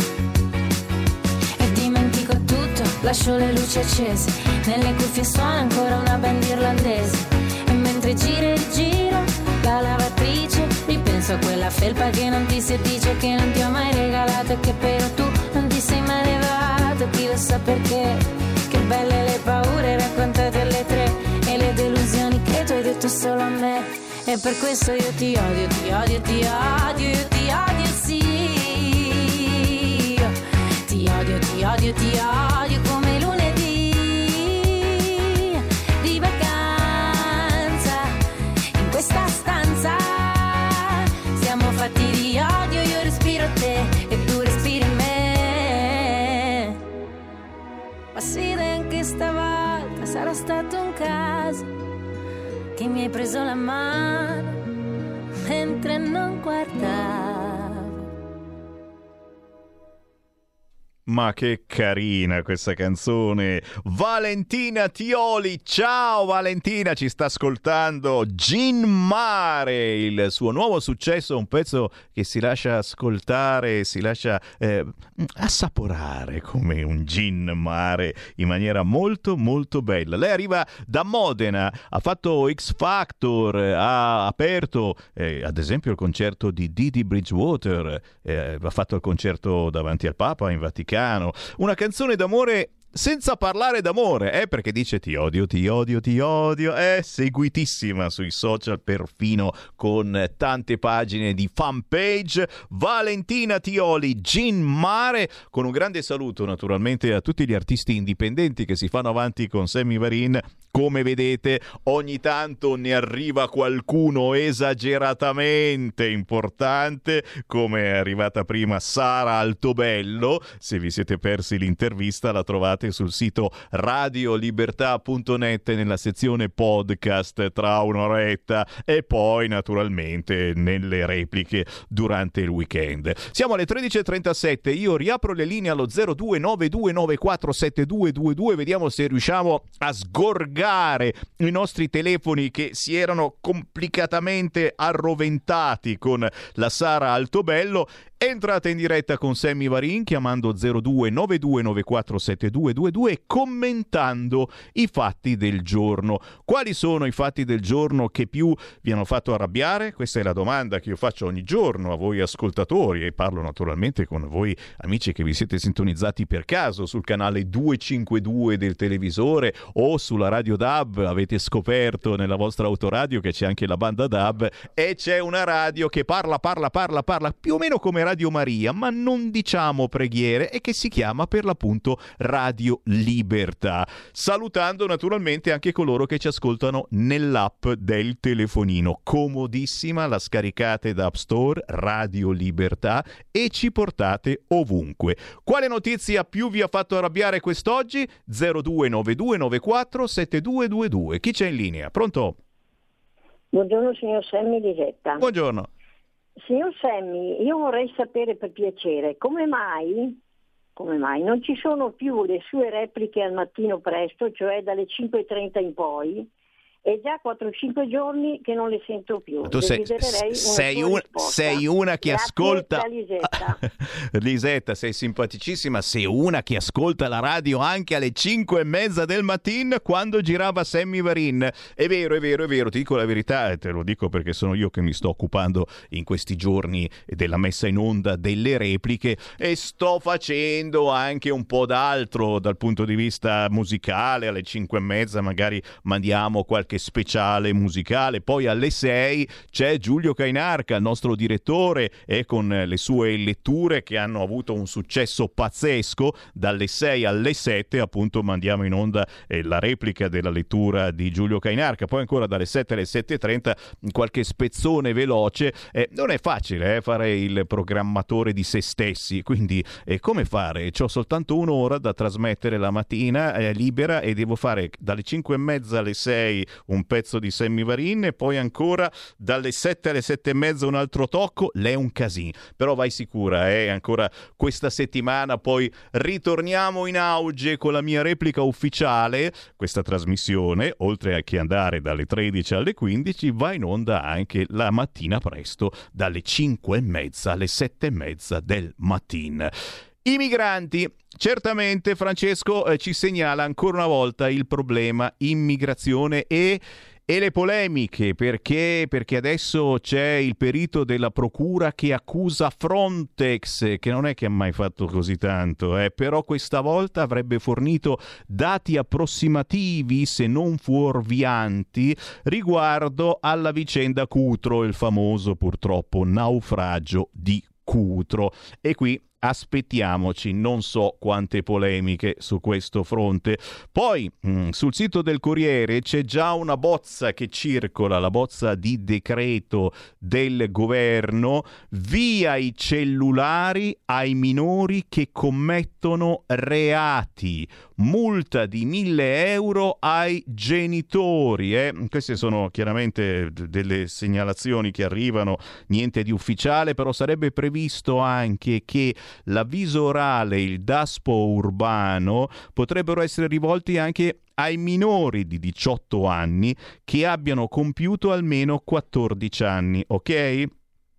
e dimentico tutto, lascio le luci accese, nelle cuffie suona ancora una band irlandese e mentre giro e giro la lavatrice ripenso a quella felpa che non ti si dice, che non ti ho mai regalato e che però tu non ti sei mai levato. Chi lo sa perché, che belle le paure raccontate alle tre e le delusioni che tu hai detto solo a me. E per questo io ti odio, ti odio, ti odio, io ti odio sì. Ti odio, ti odio, ti odio come lunedì di vacanza. In questa stanza siamo fatti di odio, io respiro te e tu respiri me. Ma sì, anche stavolta sarà stato un caso che mi hai preso la mano mentre non guardavo. Ma che carina questa canzone. Valentina Tioli, ciao Valentina, ci sta ascoltando. Gin Mare, il suo nuovo successo, un pezzo che si lascia ascoltare, si lascia eh, assaporare come un gin mare in maniera molto molto bella. Lei arriva da Modena, ha fatto X Factor, ha aperto eh, ad esempio il concerto di Didi Bridgewater, eh, ha fatto il concerto davanti al Papa in Vaticano. Una canzone d'amore senza parlare d'amore, eh, perché dice ti odio, ti odio, ti odio, è seguitissima sui social, perfino con tante pagine di fanpage. Valentina Tioli, Gin Mare, con un grande saluto naturalmente a tutti gli artisti indipendenti che si fanno avanti con Sammy Varin. Come vedete, ogni tanto ne arriva qualcuno esageratamente importante, come è arrivata prima Sara Altobello. Se vi siete persi l'intervista la trovate sul sito radiolibertà punto net nella sezione podcast tra un'oretta, e poi naturalmente nelle repliche durante il weekend. Siamo alle tredici e trentasette, io riapro le linee allo zero due nove due nove quattro sette due due due, vediamo se riusciamo a sgorgare i nostri telefoni che si erano complicatamente arroventati con la Sara Altobello. Entrate in diretta con Sammy Varin chiamando zero due nove due nove quattro sette due due due e commentando i fatti del giorno. Quali sono i fatti del giorno che più vi hanno fatto arrabbiare? Questa è la domanda che io faccio ogni giorno a voi ascoltatori, e parlo naturalmente con voi amici che vi siete sintonizzati per caso sul canale duecentocinquantadue del televisore o sulla radio D A B. Avete scoperto nella vostra autoradio che c'è anche la banda D A B e c'è una radio che parla, parla, parla, parla più o meno come radio Radio Maria, ma non diciamo preghiere, e che si chiama per l'appunto Radio Libertà. Salutando naturalmente anche coloro che ci ascoltano nell'app del telefonino. Comodissima, la scaricate da App Store, Radio Libertà, e ci portate ovunque. Quale notizia più vi ha fatto arrabbiare quest'oggi? zero due nove due nove quattro sette due due due. Chi c'è in linea? Pronto? Buongiorno signor Sammy Lisetta. Buongiorno. Signor Sammy, io vorrei sapere per piacere come mai, come mai non ci sono più le sue repliche al mattino presto, cioè dalle cinque e trenta in poi. È già quattro cinque giorni che non le sento più. Tu sei, sei, un, sei una che Grazie ascolta Lisetta. Lisetta, sei simpaticissima. Sei una che ascolta la radio anche alle cinque e mezza del mattino quando girava Sammy Varin. È vero, è vero, è vero, ti dico la verità, e te lo dico perché sono io che mi sto occupando in questi giorni della messa in onda delle repliche, e sto facendo anche un po' d'altro dal punto di vista musicale. Alle cinque e mezza magari mandiamo qualche speciale musicale, poi alle sei c'è Giulio Cainarca, il nostro direttore, e con le sue letture che hanno avuto un successo pazzesco. Dalle sei alle sette appunto mandiamo in onda eh, la replica della lettura di Giulio Cainarca, poi ancora dalle sette alle sette e trenta qualche spezzone veloce. Eh, non è facile eh, fare il programmatore di se stessi, quindi eh, come fare? C'ho soltanto un'ora da trasmettere la mattina eh, libera, e devo fare dalle cinque e mezza alle sei un pezzo di Sammy Varin, e poi ancora dalle sette alle sette e mezza un altro tocco. L'è un casino, però vai sicura, eh? Ancora questa settimana poi ritorniamo in auge con la mia replica ufficiale. Questa trasmissione, oltre a che andare dalle tredici alle quindici, va in onda anche la mattina presto dalle cinque e mezza alle sette e mezza del mattino. I migranti. Certamente Francesco eh, ci segnala ancora una volta il problema immigrazione e, e le polemiche, perché, perché adesso c'è il perito della procura che accusa Frontex, che non è che ha mai fatto così tanto, eh, però questa volta avrebbe fornito dati approssimativi, se non fuorvianti, riguardo alla vicenda Cutro, il famoso purtroppo naufragio di Cutro. E qui aspettiamoci non so quante polemiche su questo fronte. Poi mh, sul sito del Corriere c'è già una bozza che circola, la bozza di decreto del governo: via i cellulari ai minori che commettono reati, multa di mille euro ai genitori. Eh? Queste sono chiaramente delle segnalazioni che arrivano, niente di ufficiale, però sarebbe previsto anche che l'avviso orale, il DASPO urbano, potrebbero essere rivolti anche ai minori di diciotto anni che abbiano compiuto almeno quattordici anni, ok?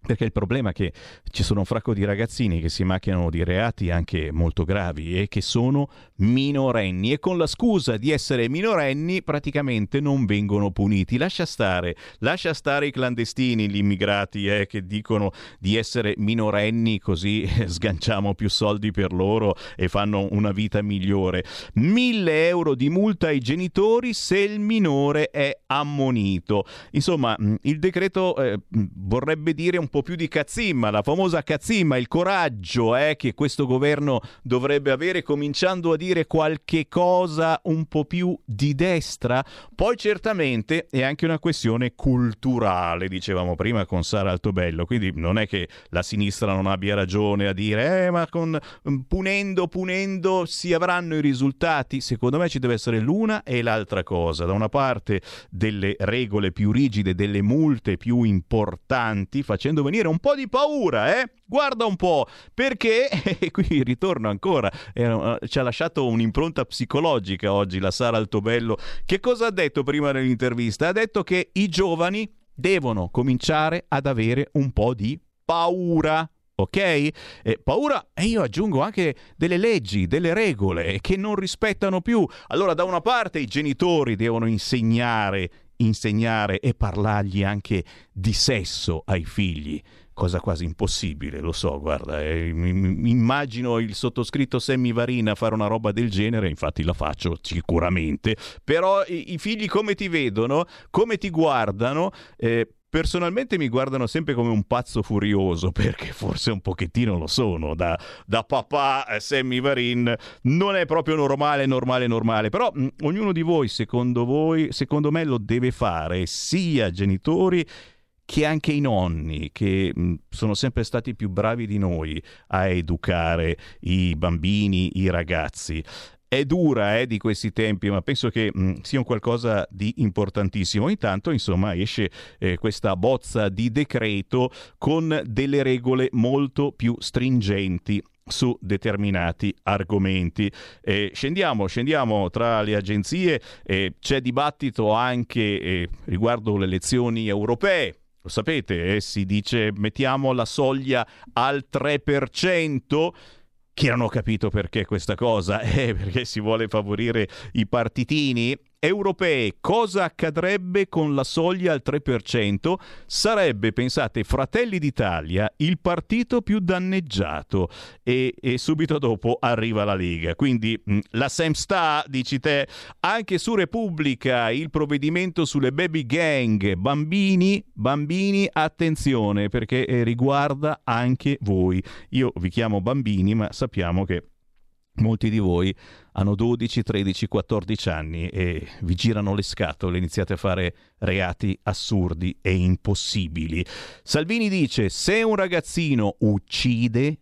Perché il problema è che ci sono un fracco di ragazzini che si macchiano di reati anche molto gravi e che sono minorenni e con la scusa di essere minorenni praticamente non vengono puniti. Lascia stare, lascia stare i clandestini, gli immigrati eh, che dicono di essere minorenni così sganciamo più soldi per loro e fanno una vita migliore. Mille euro di multa ai genitori se il minore è ammonito. Insomma, il decreto eh, vorrebbe dire un po' più di cazzimma, la famosa cazzimma, il coraggio eh, che questo governo dovrebbe avere, cominciando a dire qualche cosa un po' più di destra. Poi certamente è anche una questione culturale, dicevamo prima con Sara Altobello, quindi non è che la sinistra non abbia ragione a dire eh, ma con, punendo, punendo si avranno i risultati. Secondo me ci deve essere l'una e l'altra cosa. Da una parte delle regole più rigide, delle multe più importanti, facendo venire un po' di paura, eh? Guarda un po', perché e qui ritorno ancora, eh, ci ha lasciato un'impronta psicologica oggi la Sara Altobello. Che cosa ha detto prima nell'intervista? Ha detto che i giovani devono cominciare ad avere un po' di paura. Ok? Eh, paura, e io aggiungo anche delle leggi, delle regole che non rispettano più. Allora, da una parte i genitori devono insegnare insegnare e parlargli anche di sesso ai figli, cosa quasi impossibile, lo so, guarda, eh, immagino il sottoscritto Sammy Varin a fare una roba del genere, infatti la faccio sicuramente, però i, i figli come ti vedono, come ti guardano, eh, personalmente mi guardano sempre come un pazzo furioso, perché forse un pochettino lo sono, da, da papà eh, Sammy Varin non è proprio normale, normale, normale, però mh, ognuno di voi, secondo voi, secondo me lo deve fare, sia genitori che anche i nonni, che mh, sono sempre stati più bravi di noi a educare i bambini, i ragazzi. È dura eh, di questi tempi, ma penso che mh, sia un qualcosa di importantissimo. Intanto, insomma, esce eh, questa bozza di decreto con delle regole molto più stringenti su determinati argomenti. Eh, scendiamo, scendiamo tra le agenzie, eh, c'è dibattito anche eh, riguardo le elezioni europee. Lo sapete, eh, si dice mettiamo la soglia al tre per cento. Chi non ho capito perché questa cosa? Eh, perché si vuole favorire i partitini europei. Cosa accadrebbe con la soglia al tre per cento? Sarebbe, pensate, Fratelli d'Italia il partito più danneggiato e, e subito dopo arriva la Lega. Quindi mh, la Semsta, dici te, anche su Repubblica il provvedimento sulle baby gang, bambini, bambini, attenzione, perché eh, riguarda anche voi. Io vi chiamo bambini, ma sappiamo che molti di voi hanno dodici, tredici, quattordici anni e vi girano le scatole, iniziate a fare reati assurdi e impossibili. Salvini dice: se un ragazzino uccide,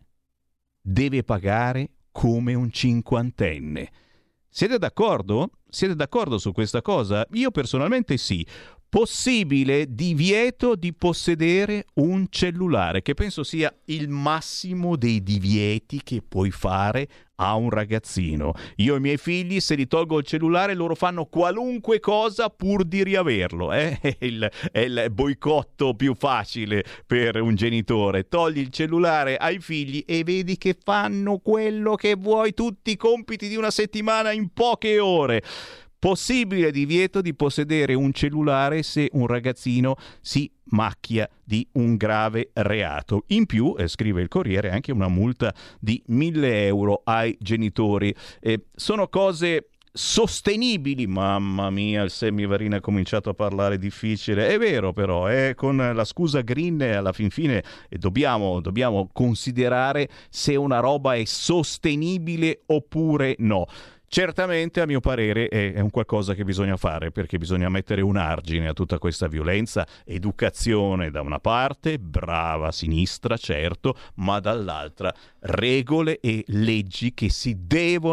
deve pagare come un cinquantenne. Siete d'accordo? Siete d'accordo su questa cosa? Io personalmente sì. Possibile divieto di possedere un cellulare, che penso sia il massimo dei divieti che puoi fare a un ragazzino. Io e i miei figli, se li tolgo il cellulare, loro fanno qualunque cosa pur di riaverlo. Eh? È, il, è il boicotto più facile per un genitore. Togli il cellulare ai figli e vedi che fanno quello che vuoi, tutti i compiti di una settimana in poche ore. Possibile divieto di possedere un cellulare se un ragazzino si macchia di un grave reato. In più, eh, scrive il Corriere, anche una multa di mille euro ai genitori. Eh, sono cose sostenibili. Mamma mia, il Sammy Varin ha cominciato a parlare difficile. È vero, però, eh, con la scusa green alla fin fine eh, dobbiamo, dobbiamo considerare se una roba è sostenibile oppure no. Certamente, a mio parere, è un qualcosa che bisogna fare, perché bisogna mettere un argine a tutta questa violenza. Educazione da una parte, brava sinistra, certo, ma dall'altra regole e leggi che si devono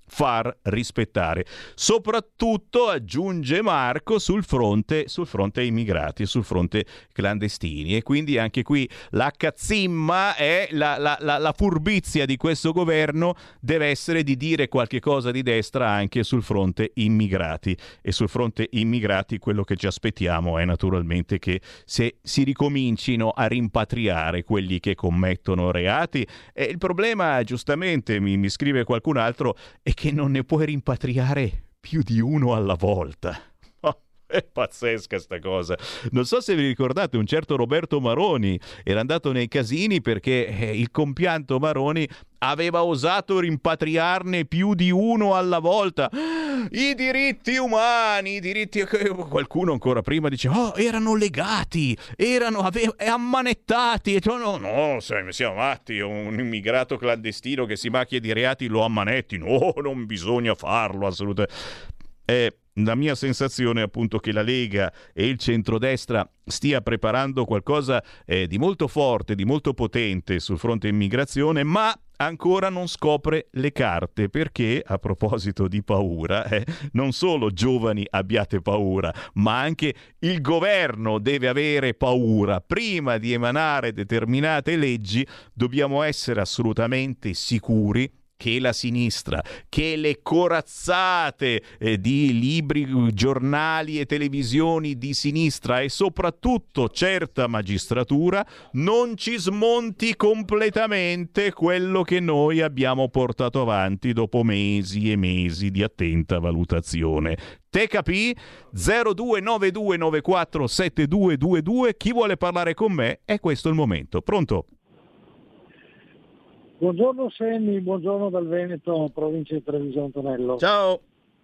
far rispettare. Soprattutto, aggiunge Marco, sul fronte, sul fronte immigrati, sul fronte clandestini. E quindi anche qui la cazzimma è la, la, la, la furbizia di questo governo deve essere di dire qualche cosa di destra anche sul fronte immigrati. E sul fronte immigrati quello che ci aspettiamo è naturalmente che se si ricomincino a rimpatriare quelli che commettono reati. E il problema, giustamente mi, mi scrive qualcun altro, è che non ne puoi rimpatriare più di uno alla volta. Oh, è pazzesca sta cosa. Non so se vi ricordate, un certo Roberto Maroni era andato nei casini perché eh, il compianto Maroni aveva osato rimpatriarne più di uno alla volta. I diritti umani, i diritti... Qualcuno ancora prima diceva, oh, erano legati, erano ave... ammanettati. E cioè, no, no, siamo matti, un immigrato clandestino che si macchia di reati lo ammanetti. No, non bisogna farlo, assolutamente. Eh, la mia sensazione è appunto che la Lega e il centrodestra stia preparando qualcosa eh, di molto forte, di molto potente sul fronte immigrazione, ma ancora non scopre le carte, perché, a proposito di paura, eh, non solo giovani abbiate paura, ma anche il governo deve avere paura. Prima di emanare determinate leggi dobbiamo essere assolutamente sicuri che la sinistra, che le corazzate eh, di libri, giornali e televisioni di sinistra e soprattutto certa magistratura non ci smonti completamente quello che noi abbiamo portato avanti dopo mesi e mesi di attenta valutazione. Te capì? zero due nove due nove quattro sette due due due. Chi vuole parlare con me? È questo il momento. Pronto? Buongiorno Sammy, buongiorno dal Veneto, provincia di Treviso Antonello. Ciao.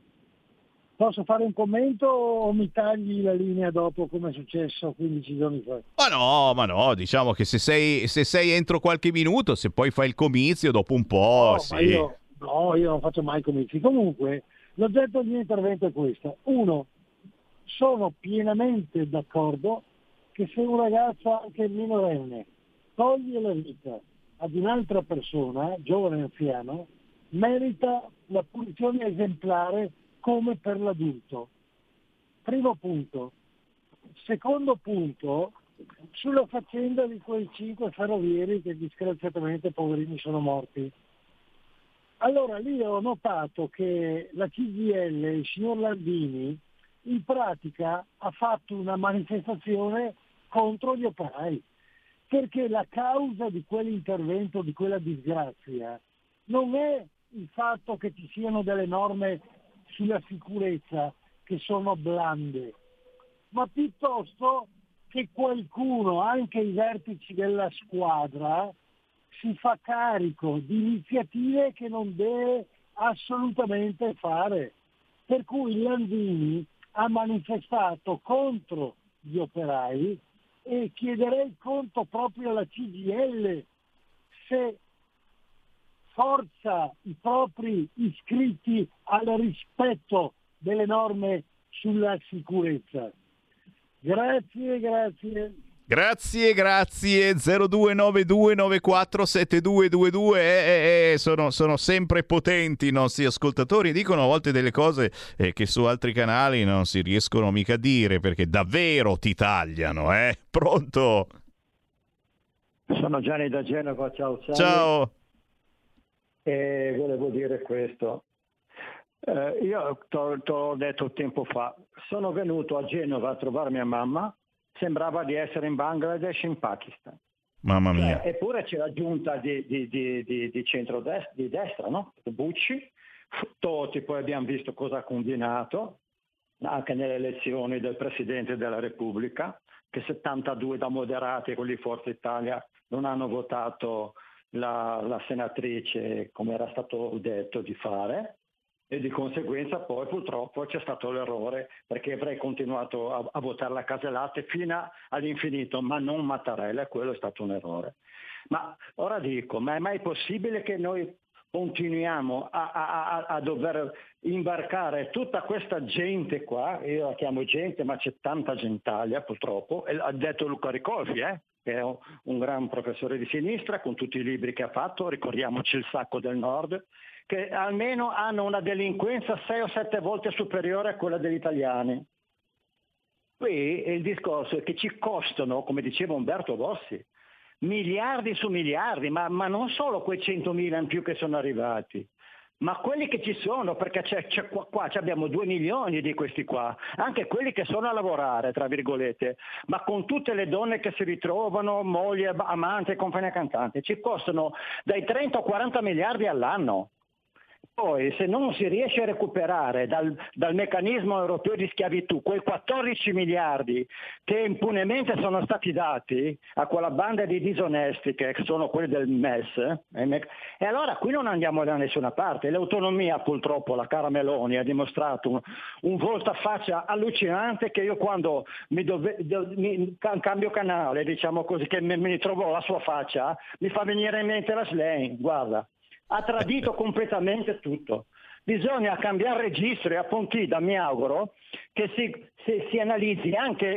Posso fare un commento o mi tagli la linea dopo come è successo quindici giorni fa? Ma no, ma no, diciamo che se sei, se sei entro qualche minuto, se poi fai il comizio dopo un po', no, sì. Ma io, no, io non faccio mai comizi. Comunque, l'oggetto del mio intervento è questo. Uno, sono pienamente d'accordo che se un ragazzo anche minorenne toglie la vita ad un'altra persona, giovane o anziano, merita la punizione esemplare come per l'adulto. Primo punto. Secondo punto, sulla faccenda di quei cinque ferrovieri che disgraziatamente poverini sono morti. Allora lì ho notato che la C G I L, il signor Landini, in pratica ha fatto una manifestazione contro gli operai, perché la causa di quell'intervento, di quella disgrazia, non è il fatto che ci siano delle norme sulla sicurezza che sono blande, ma piuttosto che qualcuno, anche i vertici della squadra, si fa carico di iniziative che non deve assolutamente fare. Per cui Landini ha manifestato contro gli operai e chiederei conto proprio alla C G I L se forza i propri iscritti al rispetto delle norme sulla sicurezza. Grazie, grazie. Grazie, grazie. zero due nove due nove quattro sette due due due. Eh, eh, sono, sono sempre potenti i nostri ascoltatori. Dicono a volte delle cose eh, che su altri canali non si riescono mica a dire, perché davvero ti tagliano, eh? Pronto? Sono Gianni da Genova, ciao. Ciao. Ciao. E volevo dire questo. Eh, io te l'ho detto tempo fa, sono venuto a Genova a trovare mia mamma. Sembrava di essere in Bangladesh, in Pakistan. Mamma mia. Eh, eppure c'è la giunta di, di, di, di, di centrodestra, di destra, no? Bucci, Totti, poi abbiamo visto cosa ha combinato, anche nelle elezioni del Presidente della Repubblica, che settantadue da moderati e quelli di Forza Italia non hanno votato la, la senatrice come era stato detto di fare. E di conseguenza poi purtroppo c'è stato l'errore, perché avrei continuato a, a votare la Casellati fino a, all'infinito, ma non Mattarella, e quello è stato un errore. Ma ora dico, ma è mai possibile che noi continuiamo a, a, a, a dover imbarcare tutta questa gente qua, io la chiamo gente ma c'è tanta gentaglia purtroppo, e ha detto Luca Ricolfi, eh? che è un, un gran professore di sinistra con tutti i libri che ha fatto, ricordiamoci il Sacco del Nord, che almeno hanno una delinquenza sei o sette volte superiore a quella degli italiani. Qui il discorso è che ci costano, come diceva Umberto Bossi, miliardi su miliardi, ma, ma non solo quei centomila in più che sono arrivati, ma quelli che ci sono, perché c'è, c'è qua, qua abbiamo due milioni di questi qua, anche quelli che sono a lavorare, tra virgolette, ma con tutte le donne che si ritrovano, moglie, amante e compagnia cantante, ci costano dai trenta o quaranta miliardi all'anno. Poi se non si riesce a recuperare dal, dal meccanismo europeo di schiavitù quei quattordici miliardi che impunemente sono stati dati a quella banda di disonesti che sono quelli del M E S, eh, e allora qui non andiamo da nessuna parte. L'autonomia, purtroppo, la cara Meloni ha dimostrato un, un voltafaccia allucinante che io quando mi, dove, do, mi cambio canale, diciamo così, che mi, mi trovo la sua faccia, mi fa venire in mente la Schlein, guarda. Ha tradito completamente tutto. Bisogna cambiare registro e a Pontida mi auguro che si, si, si analizzi anche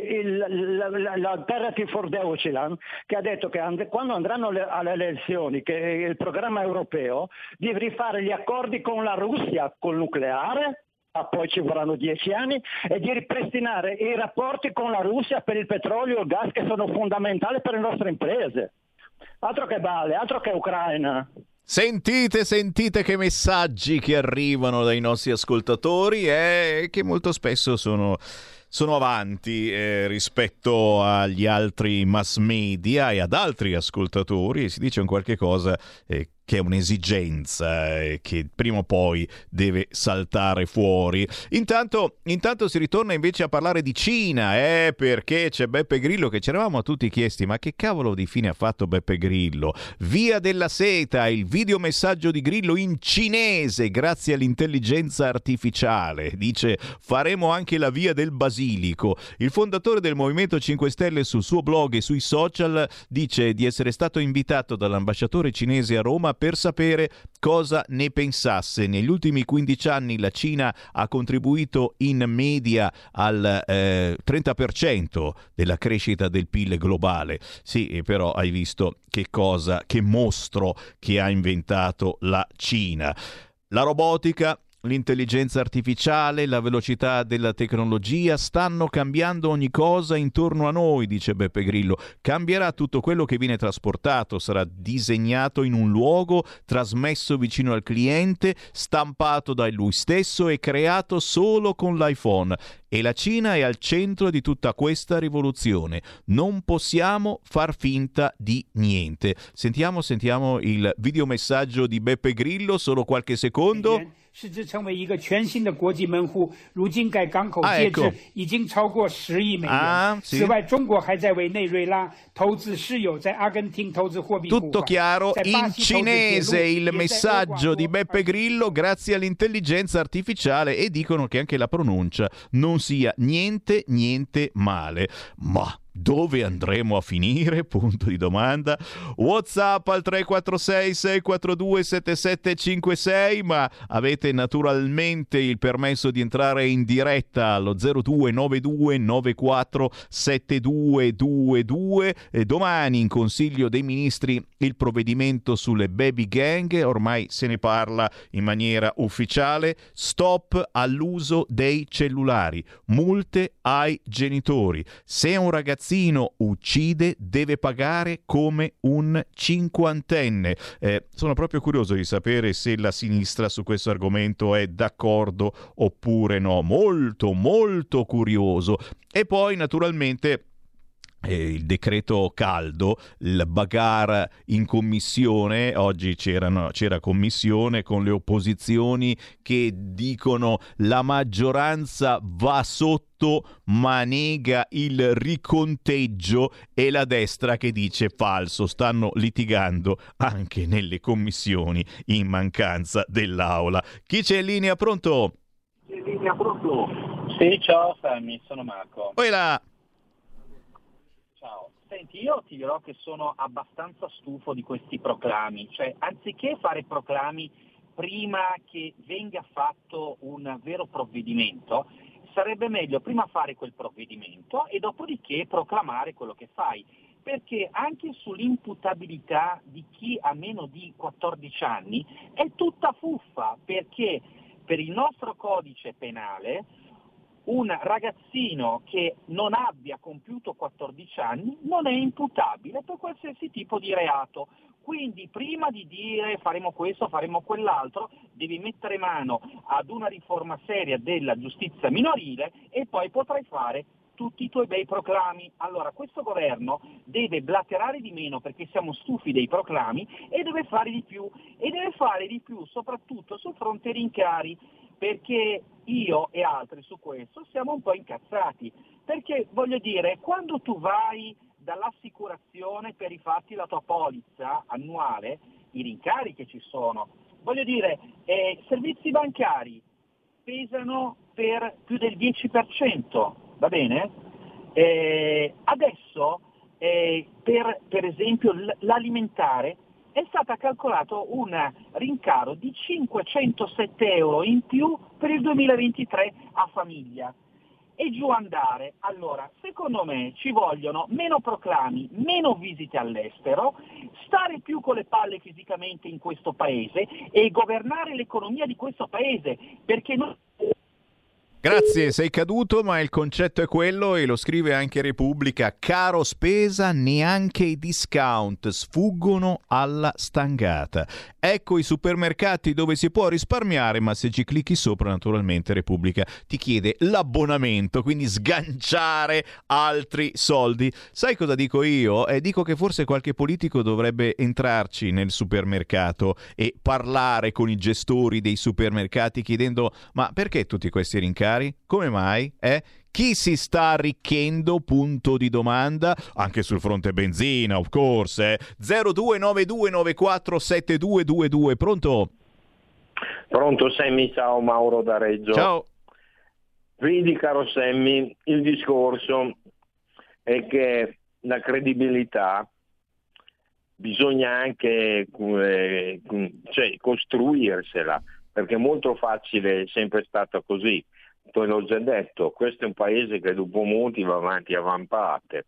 l'Alternative for Deutschland, che ha detto che and- quando andranno le, alle elezioni, che il programma europeo, di rifare gli accordi con la Russia col nucleare, ma poi ci vorranno dieci anni, e di ripristinare i rapporti con la Russia per il petrolio e il gas che sono fondamentali per le nostre imprese. Altro che balle, altro che Ucraina. Sentite, sentite che messaggi che arrivano dai nostri ascoltatori e eh, che molto spesso sono, sono avanti eh, rispetto agli altri mass media e ad altri ascoltatori, e si dice un qualche cosa eh, che è un'esigenza eh, che prima o poi deve saltare fuori. Intanto, intanto si ritorna invece a parlare di Cina, eh, perché c'è Beppe Grillo che ci eravamo tutti chiesti ma che cavolo di fine ha fatto Beppe Grillo? Via della Seta, il videomessaggio di Grillo in cinese grazie all'intelligenza artificiale. Dice faremo anche la via del basilico. Il fondatore del Movimento cinque Stelle sul suo blog e sui social dice di essere stato invitato dall'ambasciatore cinese a Roma per sapere cosa ne pensasse. Negli ultimi quindici anni la Cina ha contribuito in media al eh, trenta per cento della crescita del P I L globale. Sì, però hai visto che cosa, che mostro che ha inventato la Cina. La robotica, l'intelligenza artificiale, la velocità della tecnologia stanno cambiando ogni cosa intorno a noi, dice Beppe Grillo. Cambierà tutto quello che viene trasportato, sarà disegnato in un luogo, trasmesso vicino al cliente, stampato da lui stesso e creato solo con l'iPhone. E la Cina è al centro di tutta questa rivoluzione. Non possiamo far finta di niente. Sentiamo, sentiamo il videomessaggio di Beppe Grillo, solo qualche secondo. 市值成为一个全新的国际门户，如今该港口截至已经超过十亿美元。此外，中国还在委内瑞拉投资石油，在阿根廷投资货币。 Tutto chiaro in cinese il messaggio di Beppe Grillo grazie all'intelligenza artificiale, e dicono che anche la pronuncia non sia niente niente male. Ma dove andremo a finire? Punto di domanda. WhatsApp al tre quattro sei sei quattro due sette sette cinque sei, ma avete naturalmente il permesso di entrare in diretta allo zero due nove due nove quattro sette due due due. E domani in Consiglio dei Ministri il provvedimento sulle baby gang, ormai se ne parla in maniera ufficiale. Stop all'uso dei cellulari, multe ai genitori. Se un ragazzino uccide deve pagare come un cinquantenne. Eh, sono proprio curioso di sapere se la sinistra su questo argomento è d'accordo oppure no. Molto molto curioso. E poi naturalmente Eh, il decreto caldo, il bagarre in commissione. Oggi c'erano, c'era commissione con le opposizioni che dicono la maggioranza va sotto ma nega il riconteggio, e la destra che dice falso. Stanno litigando anche nelle commissioni in mancanza dell'aula. Chi c'è in linea? Pronto? C'è in linea pronto? Sì, ciao Sammy, sono Marco. Poi là. Ciao, senti, io ti dirò che sono abbastanza stufo di questi proclami, cioè anziché fare proclami prima che venga fatto un vero provvedimento, sarebbe meglio prima fare quel provvedimento e dopodiché proclamare quello che fai, perché anche sull'imputabilità di chi ha meno di quattordici anni è tutta fuffa, perché per il nostro codice penale un ragazzino che non abbia compiuto quattordici anni non è imputabile per qualsiasi tipo di reato. Quindi prima di dire faremo questo, faremo quell'altro, devi mettere mano ad una riforma seria della giustizia minorile e poi potrai fare tutti i tuoi bei proclami. Allora questo governo deve blaterare di meno perché siamo stufi dei proclami e deve fare di più, e deve fare di più soprattutto sul fronte rincari, perché io e altri su questo siamo un po' incazzati, perché voglio dire, quando tu vai dall'assicurazione per rifarti la tua polizza annuale, i rincari che ci sono, voglio dire, eh, servizi bancari pesano per più del dieci per cento, va bene? Eh, adesso eh, per, per esempio l- l'alimentare è stato calcolato un rincaro di cinquecentosette euro in più per il duemilaventitré a famiglia. E giù andare. Allora, secondo me ci vogliono meno proclami, meno visite all'estero, stare più con le palle fisicamente in questo paese e governare l'economia di questo paese, perché noi... Grazie, sei caduto, ma il concetto è quello e lo scrive anche Repubblica. Caro spesa, neanche i discount sfuggono alla stangata. Ecco i supermercati dove si può risparmiare, ma se ci clicchi sopra, naturalmente Repubblica ti chiede l'abbonamento, quindi sganciare altri soldi. Sai cosa dico io? Eh, dico che forse qualche politico dovrebbe entrarci nel supermercato e parlare con i gestori dei supermercati chiedendo: ma perché tutti questi rincari? Come mai? Eh? Chi si sta arricchendo? Punto di domanda. Anche sul fronte benzina, of course. Eh? zero due nove due nove quattro sette due due due. Pronto? Pronto Sammy, ciao, Mauro da Reggio. Ciao. Vedi, caro Sammy, il discorso è che la credibilità bisogna anche eh, cioè, costruirsela, perché è molto facile, è sempre stato così. Te l'ho già detto, questo è un paese che dopo Monti va avanti a vampate.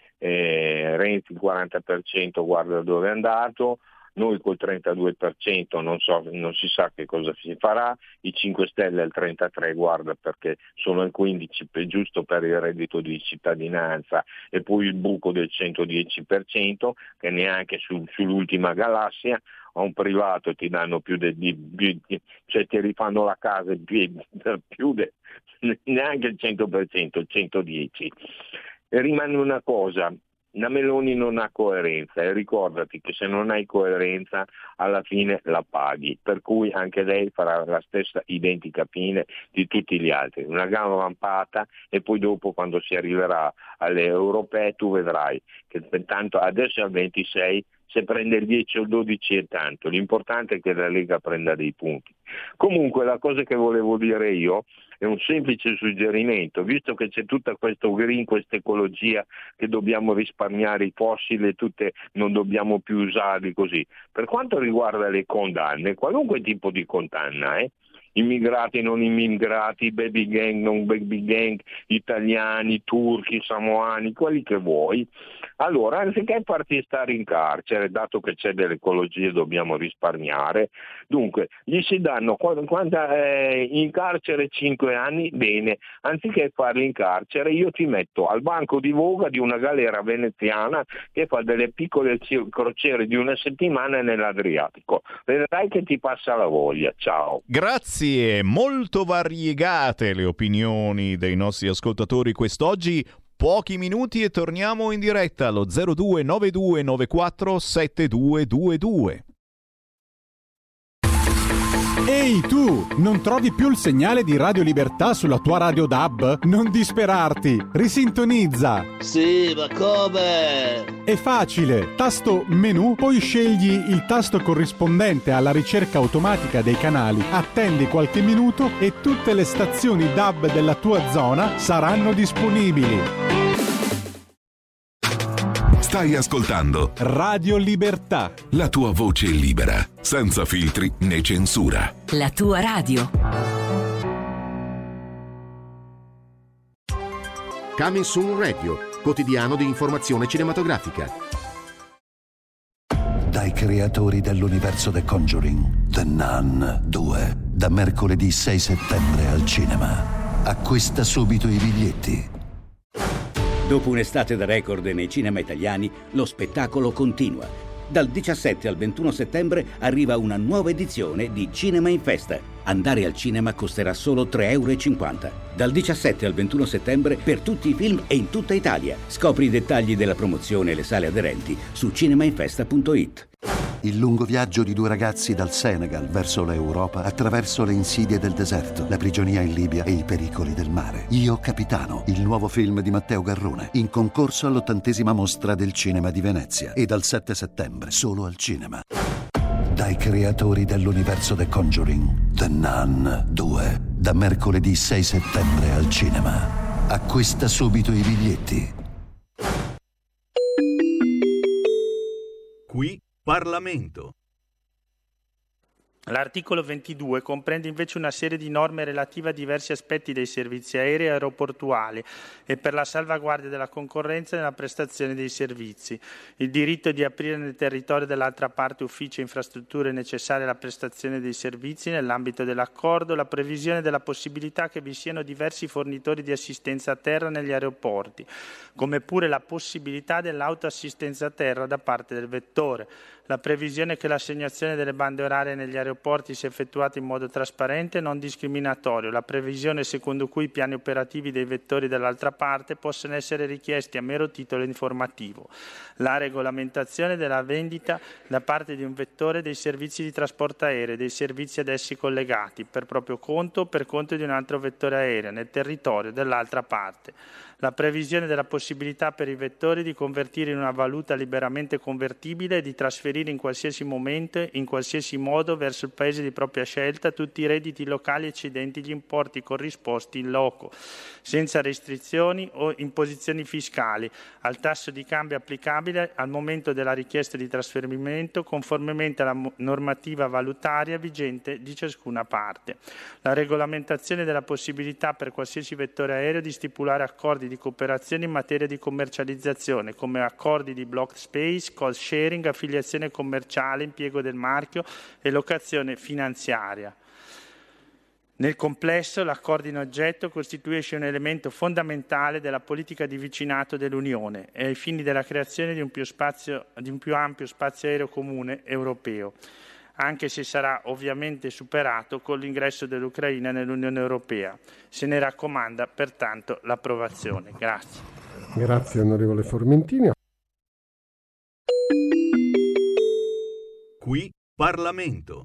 Eh, Renzi il quaranta per cento guarda dove è andato, noi col trentadue per cento non, so, non si sa che cosa si farà, i cinque Stelle al trentatré per cento guarda perché sono al quindici per cento giusto per il reddito di cittadinanza, e poi il buco del centodieci per cento che neanche su, sull'ultima galassia a un privato ti danno più di, più, cioè ti rifanno la casa più, più de, neanche il cento per cento, il centodieci. E rimane una cosa, la Meloni non ha coerenza, e ricordati che se non hai coerenza alla fine la paghi, per cui anche lei farà la stessa identica fine di tutti gli altri, una gran vampata, e poi dopo quando si arriverà alle europee tu vedrai che tanto adesso è al ventisei, se prende il dieci o il dodici è tanto, l'importante è che la Lega prenda dei punti. Comunque la cosa che volevo dire io è un semplice suggerimento, visto che c'è tutta questo green, questa ecologia che dobbiamo risparmiare i fossili, tutte non dobbiamo più usarli così. Per quanto riguarda le condanne, qualunque tipo di condanna, eh, immigrati, non immigrati, baby gang, non baby gang, italiani, turchi, samoani, quelli che vuoi, allora anziché farti stare in carcere, dato che c'è dell'ecologia dobbiamo risparmiare, dunque gli si danno quando, quando è in carcere cinque anni, bene, anziché farli in carcere io ti metto al banco di voga di una galera veneziana che fa delle piccole crociere di una settimana nell'Adriatico, vedrai che ti passa la voglia. Ciao. Grazie, molto variegate le opinioni dei nostri ascoltatori quest'oggi. Pochi minuti e torniamo in diretta allo zero due nove due nove quattro sette due due due. Ehi tu, non trovi più il segnale di Radio Libertà sulla tua radio D A B? Non disperarti, risintonizza! Sì, ma come? È facile, tasto menu, poi scegli il tasto corrispondente alla ricerca automatica dei canali, attendi qualche minuto e tutte le stazioni D A B della tua zona saranno disponibili. Stai ascoltando Radio Libertà, la tua voce libera, senza filtri né censura. La tua radio. Coming Soon Radio, quotidiano di informazione cinematografica. Dai creatori dell'universo The Conjuring, The Nun due, da mercoledì sei settembre al cinema. Acquista subito i biglietti. Dopo un'estate da record nei cinema italiani, lo spettacolo continua. Dal diciassette al ventuno settembre arriva una nuova edizione di Cinema in Festa. Andare al cinema costerà solo tre e cinquanta euro. Dal diciassette al ventuno settembre per tutti i film e in tutta Italia. Scopri i dettagli della promozione e le sale aderenti su cinemainfesta punto it. Il lungo viaggio di due ragazzi dal Senegal verso l'Europa attraverso le insidie del deserto, la prigionia in Libia e i pericoli del mare. Io Capitano, il nuovo film di Matteo Garrone, in concorso all'ottantesima mostra del cinema di Venezia e dal sette settembre solo al cinema. Dai creatori dell'universo The Conjuring, The Nun due, da mercoledì sei settembre al cinema. Acquista subito i biglietti. Qui Parlamento. L'articolo ventidue comprende invece una serie di norme relative a diversi aspetti dei servizi aerei e aeroportuali e per la salvaguardia della concorrenza nella prestazione dei servizi. Il diritto di aprire nel territorio dell'altra parte uffici e infrastrutture necessarie alla prestazione dei servizi nell'ambito dell'accordo, la previsione della possibilità che vi siano diversi fornitori di assistenza a terra negli aeroporti, come pure la possibilità dell'autoassistenza a terra da parte del vettore. La previsione che l'assegnazione delle bande orarie negli aeroporti sia effettuata in modo trasparente e non discriminatorio. La previsione secondo cui i piani operativi dei vettori dall'altra parte possono essere richiesti a mero titolo informativo. La regolamentazione della vendita da parte di un vettore dei servizi di trasporto aereo e dei servizi ad essi collegati, per proprio conto o per conto di un altro vettore aereo, nel territorio dell'altra parte. La previsione della possibilità per i vettori di convertire in una valuta liberamente convertibile e di trasferire in qualsiasi momento e in qualsiasi modo verso il paese di propria scelta tutti i redditi locali eccedenti gli importi corrisposti in loco, senza restrizioni o imposizioni fiscali, al tasso di cambio applicabile al momento della richiesta di trasferimento conformemente alla normativa valutaria vigente di ciascuna parte. La regolamentazione della possibilità per qualsiasi vettore aereo di stipulare accordi di cooperazione in materia di commercializzazione, come accordi di block space, cost sharing, affiliazione commerciale, impiego del marchio e locazione finanziaria. Nel complesso, l'accordo in oggetto costituisce un elemento fondamentale della politica di vicinato dell'Unione e ai fini della creazione di un più, spazio, di un più ampio spazio aereo comune europeo, anche se sarà ovviamente superato con l'ingresso dell'Ucraina nell'Unione Europea. Se ne raccomanda pertanto l'approvazione. Grazie. Grazie onorevole Formentini. Qui Parlamento.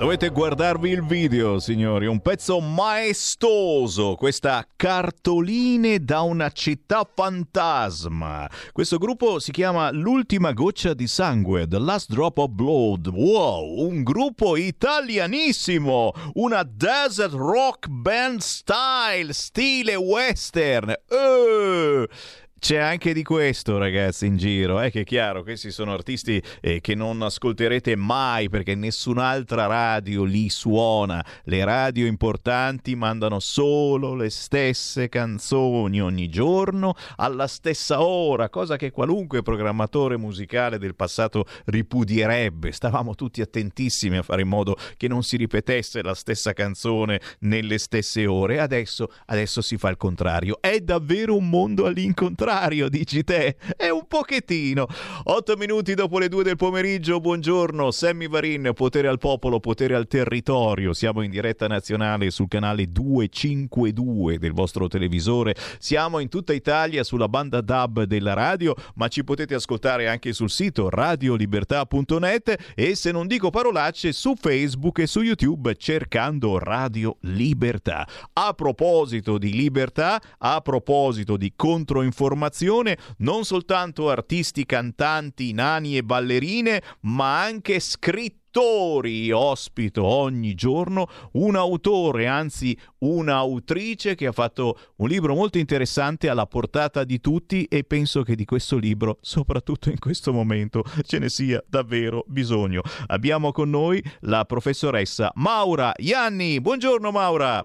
Dovete guardarvi il video, signori, un pezzo maestoso, questa Cartoline da una città fantasma. Questo gruppo si chiama L'ultima goccia di sangue, The Last Drop of Blood. Wow, un gruppo italianissimo, una desert rock band style, stile western. Uh. C'è anche di questo, ragazzi, in giro, eh, che è chiaro, questi sono artisti eh, che non ascolterete mai perché nessun'altra radio li suona. Le radio importanti mandano solo le stesse canzoni ogni giorno alla stessa ora, cosa che qualunque programmatore musicale del passato ripudierebbe. Stavamo tutti attentissimi a fare in modo che non si ripetesse la stessa canzone nelle stesse ore. Adesso, adesso si fa il contrario. È davvero un mondo all'incontrario, dici te? È un pochettino. Otto minuti dopo le due del pomeriggio, buongiorno, Sammy Varin, potere al popolo, potere al territorio. Siamo in diretta nazionale sul canale duecentocinquantadue del vostro televisore. Siamo in tutta Italia sulla banda D A B della radio, ma ci potete ascoltare anche sul sito radio libertà punto net e, se non dico parolacce, su Facebook e su YouTube cercando Radio Libertà. A proposito di libertà, a proposito di controinformazione, non soltanto artisti, cantanti, nani e ballerine, ma anche scrittori. Ospito ogni giorno un autore, anzi un'autrice che ha fatto un libro molto interessante alla portata di tutti, e penso che di questo libro, soprattutto in questo momento, ce ne sia davvero bisogno. Abbiamo con noi la professoressa Maura Ianni. Buongiorno Maura.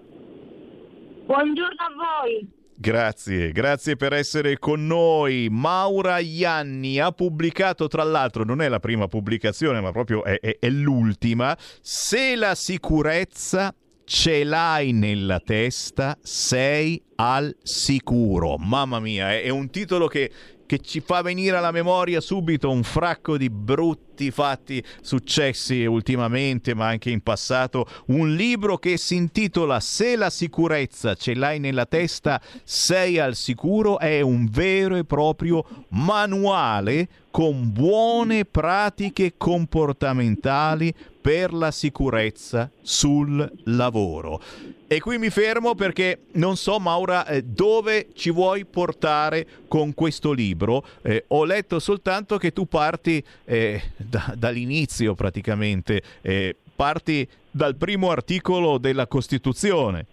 Buongiorno a voi. Grazie, grazie per essere con noi. Maura Ianni ha pubblicato, tra l'altro non è la prima pubblicazione ma proprio è, è, è l'ultima, Se la sicurezza ce l'hai nella testa, sei al sicuro. Mamma mia, è, è un titolo che che ci fa venire alla memoria subito un fracco di brutti fatti successi ultimamente, ma anche in passato. Un libro che si intitola Se la sicurezza ce l'hai nella testa, sei al sicuro. È un vero e proprio manuale con buone pratiche comportamentali per la sicurezza sul lavoro. E qui mi fermo perché non so, Maura, eh, dove ci vuoi portare con questo libro. Eh, ho letto soltanto che tu parti eh, da, dall'inizio praticamente, eh, parti dal primo articolo della Costituzione.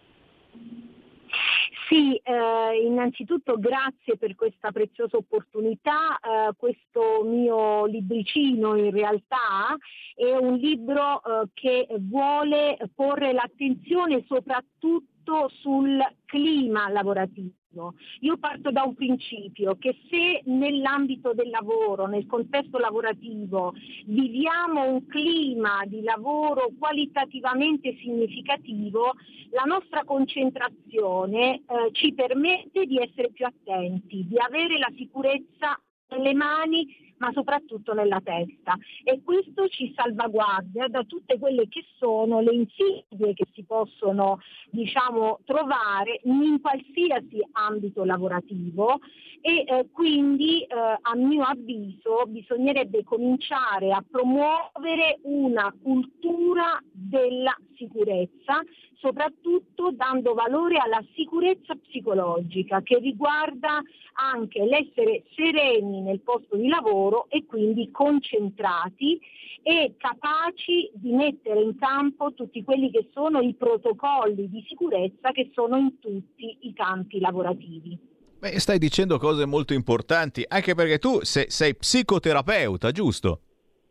Sì, eh, innanzitutto grazie per questa preziosa opportunità. Eh, questo mio libricino in realtà è un libro eh, che vuole porre l'attenzione soprattutto sul clima lavorativo. Io parto da un principio che se nell'ambito del lavoro, nel contesto lavorativo, viviamo un clima di lavoro qualitativamente significativo, la nostra concentrazione eh, ci permette di essere più attenti, di avere la sicurezza nelle mani ma soprattutto nella testa, e questo ci salvaguardia da tutte quelle che sono le insidie che si possono, diciamo, trovare in qualsiasi ambito lavorativo, e eh, quindi eh, a mio avviso bisognerebbe cominciare a promuovere una cultura della sicurezza, soprattutto dando valore alla sicurezza psicologica, che riguarda anche l'essere sereni nel posto di lavoro e quindi concentrati e capaci di mettere in campo tutti quelli che sono i protocolli di sicurezza che sono in tutti i campi lavorativi. Beh, stai dicendo cose molto importanti, anche perché tu sei, sei psicoterapeuta, giusto?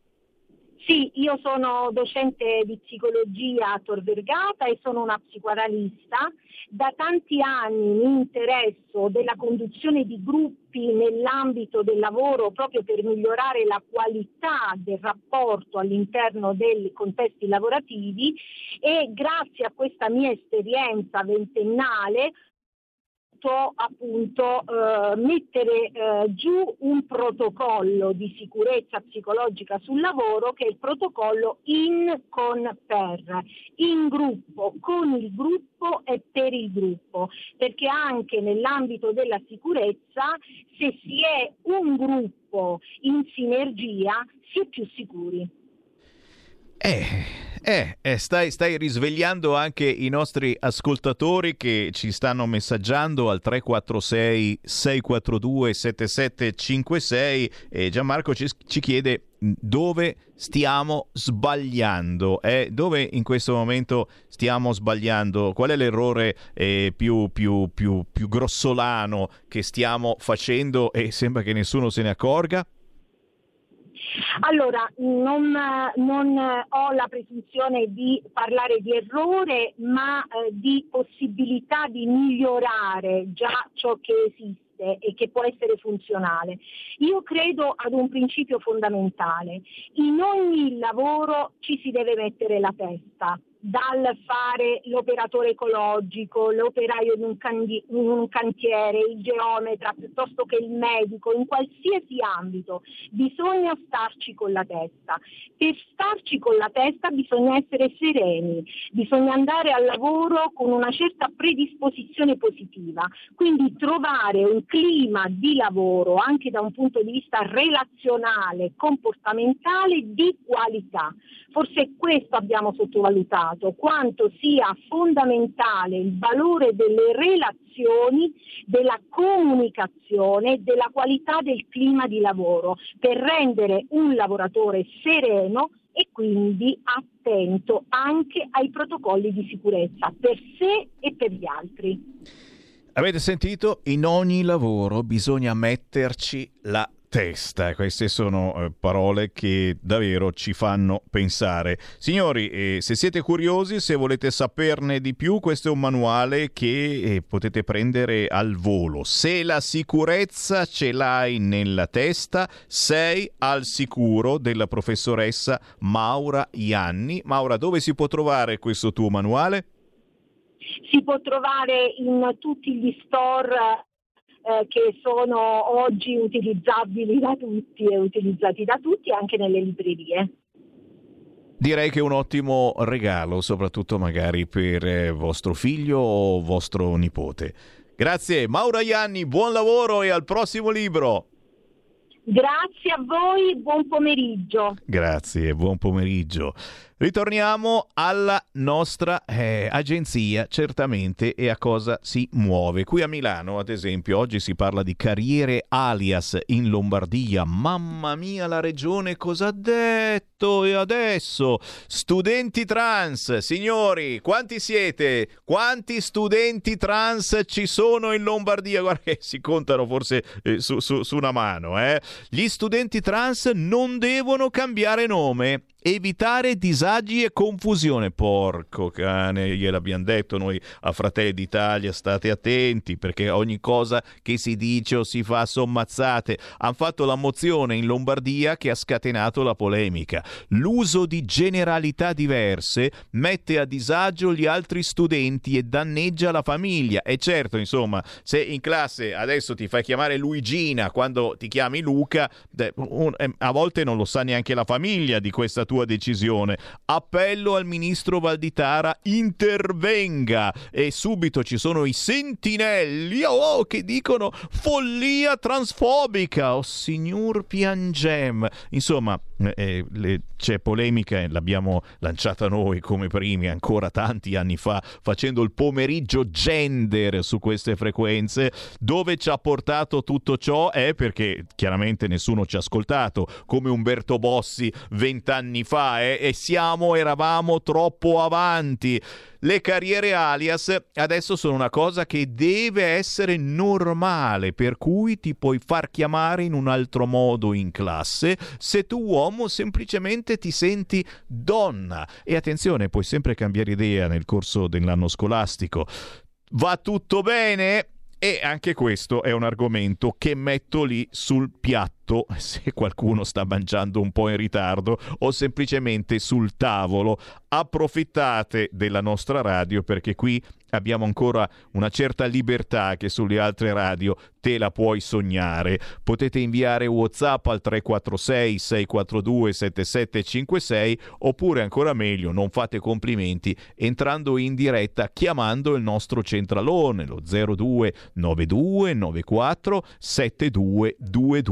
Sì, io sono docente di psicologia a Tor Vergata e sono una psicoanalista. Da tanti anni mi interesso della conduzione di gruppi nell'ambito del lavoro proprio per migliorare la qualità del rapporto all'interno dei contesti lavorativi, e grazie a questa mia esperienza ventennale appunto eh, mettere eh, giù un protocollo di sicurezza psicologica sul lavoro, che è il protocollo in, con, per, in gruppo, con il gruppo e per il gruppo, perché anche nell'ambito della sicurezza, se si è un gruppo in sinergia, si è più sicuri. Eh... Eh, eh stai, stai risvegliando anche i nostri ascoltatori che ci stanno messaggiando al tre quattro sei sei quattro due sette sette cinque sei e Gianmarco ci, ci chiede dove stiamo sbagliando, eh? Dove in questo momento stiamo sbagliando, qual è l'errore eh, più, più, più, più grossolano che stiamo facendo e sembra che nessuno se ne accorga? Allora, non, non ho la presunzione di parlare di errore, ma eh, di possibilità di migliorare già ciò che esiste e che può essere funzionale. Io credo ad un principio fondamentale: in ogni lavoro ci si deve mettere la testa, dal fare l'operatore ecologico, l'operaio in un, candi- in un cantiere, il geometra, piuttosto che il medico, in qualsiasi ambito, bisogna starci con la testa. Per starci con la testa bisogna essere sereni, bisogna andare al lavoro con una certa predisposizione positiva, quindi trovare un clima di lavoro anche da un punto di vista relazionale, comportamentale, di qualità. Forse questo abbiamo sottovalutato, quanto sia fondamentale il valore delle relazioni, della comunicazione, della qualità del clima di lavoro per rendere un lavoratore sereno e quindi attento anche ai protocolli di sicurezza per sé e per gli altri. Avete sentito? In ogni lavoro bisogna metterci la testa. Queste sono eh, parole che davvero ci fanno pensare. Signori, eh, se siete curiosi, se volete saperne di più, questo è un manuale che eh, potete prendere al volo. Se la sicurezza ce l'hai nella testa, sei al sicuro, della professoressa Maura Ianni. Maura, dove si può trovare questo tuo manuale? Si può trovare in tutti gli store Eh, che sono oggi utilizzabili da tutti e utilizzati da tutti anche nelle librerie. Direi che è un ottimo regalo, soprattutto magari per eh, vostro figlio o vostro nipote. Grazie Maura Ianni, buon lavoro e al prossimo libro. Grazie a voi, buon pomeriggio. Grazie, buon pomeriggio. Ritorniamo alla nostra eh, agenzia, certamente, e a cosa si muove. Qui a Milano, ad esempio, oggi si parla di Carriere Alias in Lombardia. Mamma mia, la regione cosa ha detto? E adesso? Studenti trans, signori, quanti siete? Quanti studenti trans ci sono in Lombardia? Guarda che si contano forse eh, su, su, su una mano, eh? Gli studenti trans non devono cambiare nome. Evitare disagi e confusione. Porco cane, gliel'abbiamo detto noi a Fratelli d'Italia, state attenti perché ogni cosa che si dice o si fa sommazzate. Hanno fatto la mozione in Lombardia che ha scatenato la polemica. L'uso di generalità diverse mette a disagio gli altri studenti e danneggia la famiglia. E certo, insomma, se in classe adesso ti fai chiamare Luigina quando ti chiami Luca, a volte non lo sa neanche la famiglia di questa tua decisione. Appello al ministro Valditara, intervenga, e subito ci sono i sentinelli oh, che dicono follia transfobica, oh signor piangem. Insomma, eh, le, c'è polemica, l'abbiamo lanciata noi come primi ancora tanti anni fa facendo il pomeriggio gender su queste frequenze. Dove ci ha portato tutto ciò è perché chiaramente nessuno ci ha ascoltato, come Umberto Bossi vent'anni fa, eh, e siamo, eravamo troppo avanti. Le carriere alias adesso sono una cosa che deve essere normale, per cui ti puoi far chiamare in un altro modo in classe se tu uomo semplicemente ti senti donna. E attenzione, puoi sempre cambiare idea nel corso dell'anno scolastico. Va tutto bene? E anche questo è un argomento che metto lì sul piatto, se qualcuno sta mangiando un po' in ritardo, o semplicemente sul tavolo. Approfittate della nostra radio perché qui abbiamo ancora una certa libertà che sulle altre radio te la puoi sognare. Potete inviare WhatsApp al tre quattro sei sei quattro due sette sette cinque sei, oppure ancora meglio, non fate complimenti, entrando in diretta chiamando il nostro centralone, lo zero due nove due nove quattro sette due due due.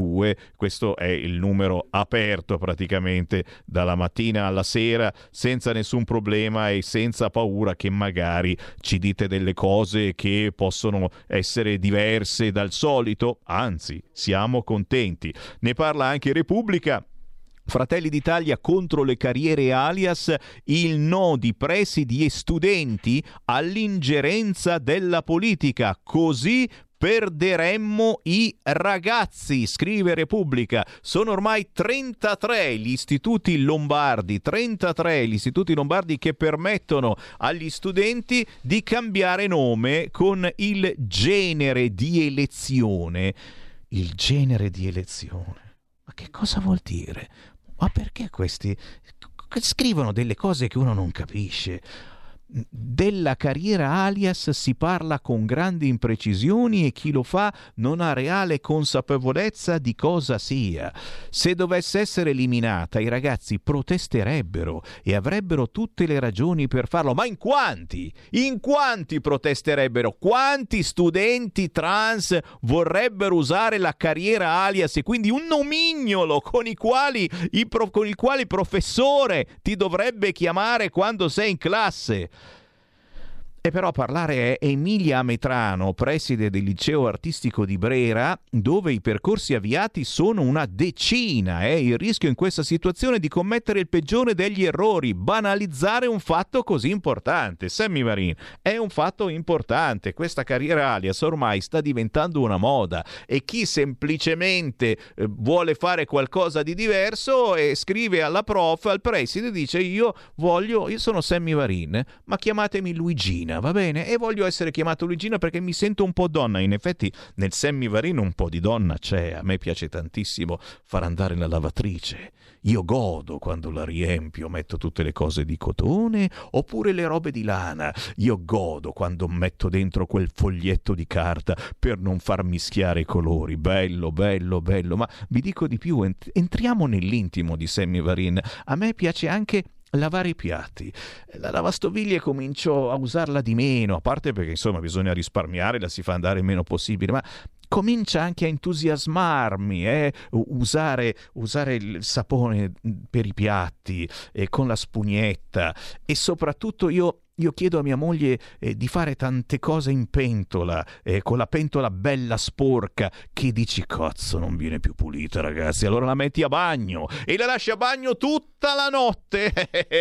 questo è il numero aperto praticamente dalla mattina alla sera, senza nessun problema e senza paura che magari ci dite delle cose che possono essere diverse dal solito, anzi siamo contenti. Ne parla anche Repubblica. Fratelli d'Italia contro le carriere alias, il no di presidi e studenti all'ingerenza della politica, così perderemmo i ragazzi, scrive Repubblica. Sono ormai trentatré gli istituti lombardi, trentatré gli istituti lombardi che permettono agli studenti di cambiare nome con il genere di elezione. Il genere di elezione. Ma che cosa vuol dire? Ma perché questi scrivono delle cose che uno non capisce? Della carriera alias si parla con grandi imprecisioni e chi lo fa non ha reale consapevolezza di cosa sia. Se dovesse essere eliminata, i ragazzi protesterebbero e avrebbero tutte le ragioni per farlo. Ma in quanti? In quanti protesterebbero? Quanti studenti trans vorrebbero usare la carriera alias e quindi un nomignolo con i quali i pro, con il quale il professore ti dovrebbe chiamare quando sei in classe? E però a parlare è Emilia Metrano, preside del liceo artistico di Brera, dove i percorsi avviati sono una decina. È il rischio in questa situazione di commettere il peggiore degli errori, banalizzare un fatto così importante. Sammy Varin, è un fatto importante. Questa carriera alias ormai sta diventando una moda e chi semplicemente eh, vuole fare qualcosa di diverso e scrive alla prof, al preside, dice io voglio, io sono Sammy Varin, ma chiamatemi Luigina. Va bene? E voglio essere chiamato Luigina perché mi sento un po' donna. In effetti nel Sammy Varin un po' di donna c'è. A me piace tantissimo far andare la lavatrice. Io godo quando la riempio, metto tutte le cose di cotone oppure le robe di lana. Io godo quando metto dentro quel foglietto di carta per non far mischiare i colori. Bello, bello, bello. Ma vi dico di più, entriamo nell'intimo di Sammy Varin. A me piace anche lavare i piatti. La lavastoviglie comincio a usarla di meno, a parte perché insomma bisogna risparmiare, la si fa andare il meno possibile, ma comincia anche a entusiasmarmi eh? usare, usare il sapone per i piatti eh, con la spugnetta, e soprattutto io Io chiedo a mia moglie eh, di fare tante cose in pentola, eh, con la pentola bella sporca, che dici cazzo non viene più pulita, ragazzi, allora la metti a bagno e la lasci a bagno tutta la notte.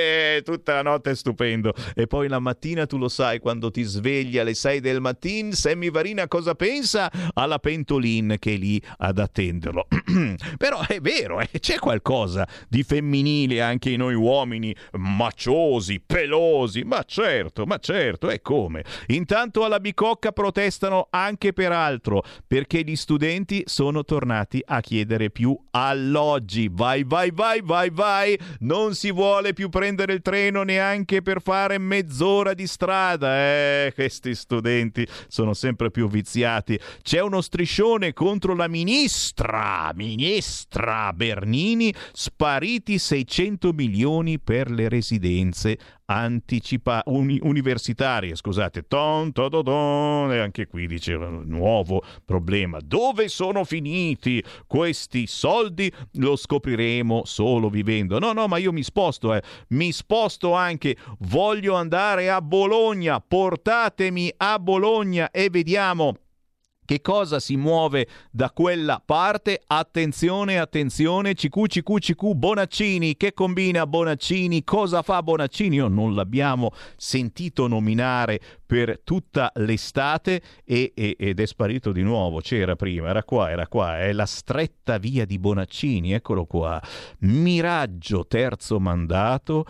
Tutta la notte è stupendo. E poi la mattina, tu lo sai, quando ti svegli alle sei del mattino, Sammy Varina cosa pensa? Alla pentolin che è lì ad attenderlo. Però è vero, eh, c'è qualcosa di femminile anche in noi uomini, maciosi, pelosi, ma c'è. Certo, ma certo, è come. Intanto alla Bicocca protestano anche per altro, perché gli studenti sono tornati a chiedere più alloggi. Vai, vai, vai, vai, vai! Non si vuole più prendere il treno neanche per fare mezz'ora di strada. Eh, questi studenti sono sempre più viziati. C'è uno striscione contro la ministra, ministra Bernini, spariti seicento milioni per le residenze anticipa uni, universitarie, scusate, ton, ton, ton, ton. E anche qui dice nuovo problema. Dove sono finiti questi soldi? Lo scopriremo solo vivendo. No, no, ma io mi sposto, eh. mi sposto anche. Voglio andare a Bologna. Portatemi a Bologna e vediamo che cosa si muove da quella parte. Attenzione, attenzione, C Q, C Q, C Q, Bonaccini, che combina Bonaccini? Cosa fa Bonaccini? Io non l'abbiamo sentito nominare per tutta l'estate e, e, ed è sparito di nuovo. C'era prima, era qua, era qua, è la stretta via di Bonaccini, eccolo qua. Miraggio, terzo mandato,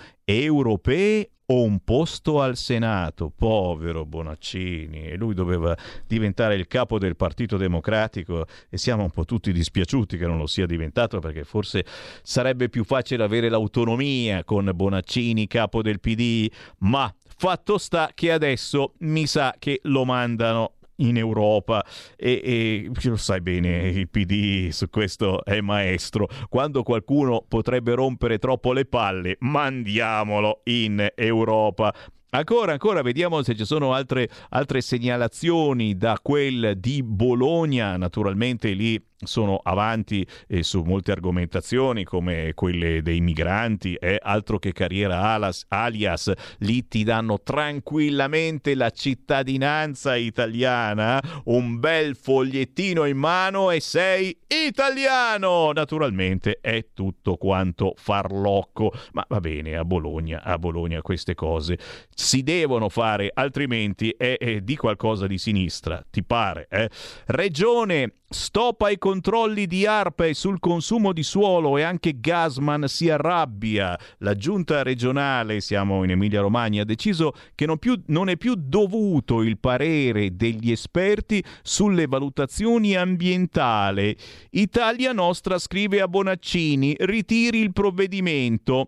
europee o un posto al Senato. Povero Bonaccini, e lui doveva diventare il capo del Partito Democratico e siamo un po' tutti dispiaciuti che non lo sia diventato, perché forse sarebbe più facile avere l'autonomia con Bonaccini capo del P D, ma fatto sta che adesso mi sa che lo mandano in Europa e, e lo sai bene, il P D su questo è maestro. Quando qualcuno potrebbe rompere troppo le palle, mandiamolo in Europa. Ancora, ancora, vediamo se ci sono altre, altre segnalazioni da quel di Bologna. Naturalmente lì sono avanti eh, su molte argomentazioni come quelle dei migranti, è eh, altro che carriera alas, alias, lì ti danno tranquillamente la cittadinanza italiana, un bel fogliettino in mano e sei italiano. Naturalmente è tutto quanto farlocco, ma va bene, a Bologna, a Bologna queste cose si devono fare, altrimenti è, è di qualcosa di sinistra, ti pare? Eh? Regione, stop ai controlli di ARPE sul consumo di suolo e anche Gasman si arrabbia. La giunta regionale, siamo in Emilia Romagna, ha deciso che non, più, non è più dovuto il parere degli esperti sulle valutazioni ambientali. Italia Nostra scrive a Bonaccini: ritiri il provvedimento.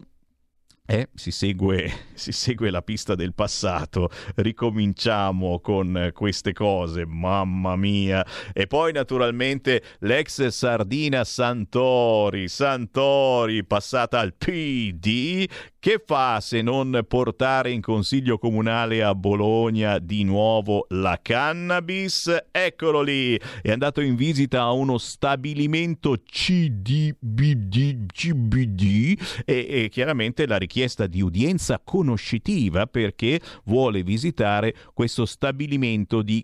Eh, si segue, si segue la pista del passato, ricominciamo con queste cose, mamma mia. E poi naturalmente l'ex sardina Santori, Santori passata al P D, che fa se non portare in consiglio comunale a Bologna di nuovo la cannabis? Eccolo lì, è andato in visita a uno stabilimento C D B D, C B D e, e chiaramente la richiesta di udienza conoscitiva perché vuole visitare questo stabilimento di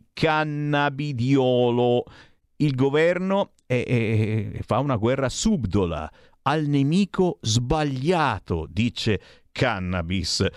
cannabidiolo. Il governo è, è, fa una guerra subdola al nemico sbagliato, dice Cannabis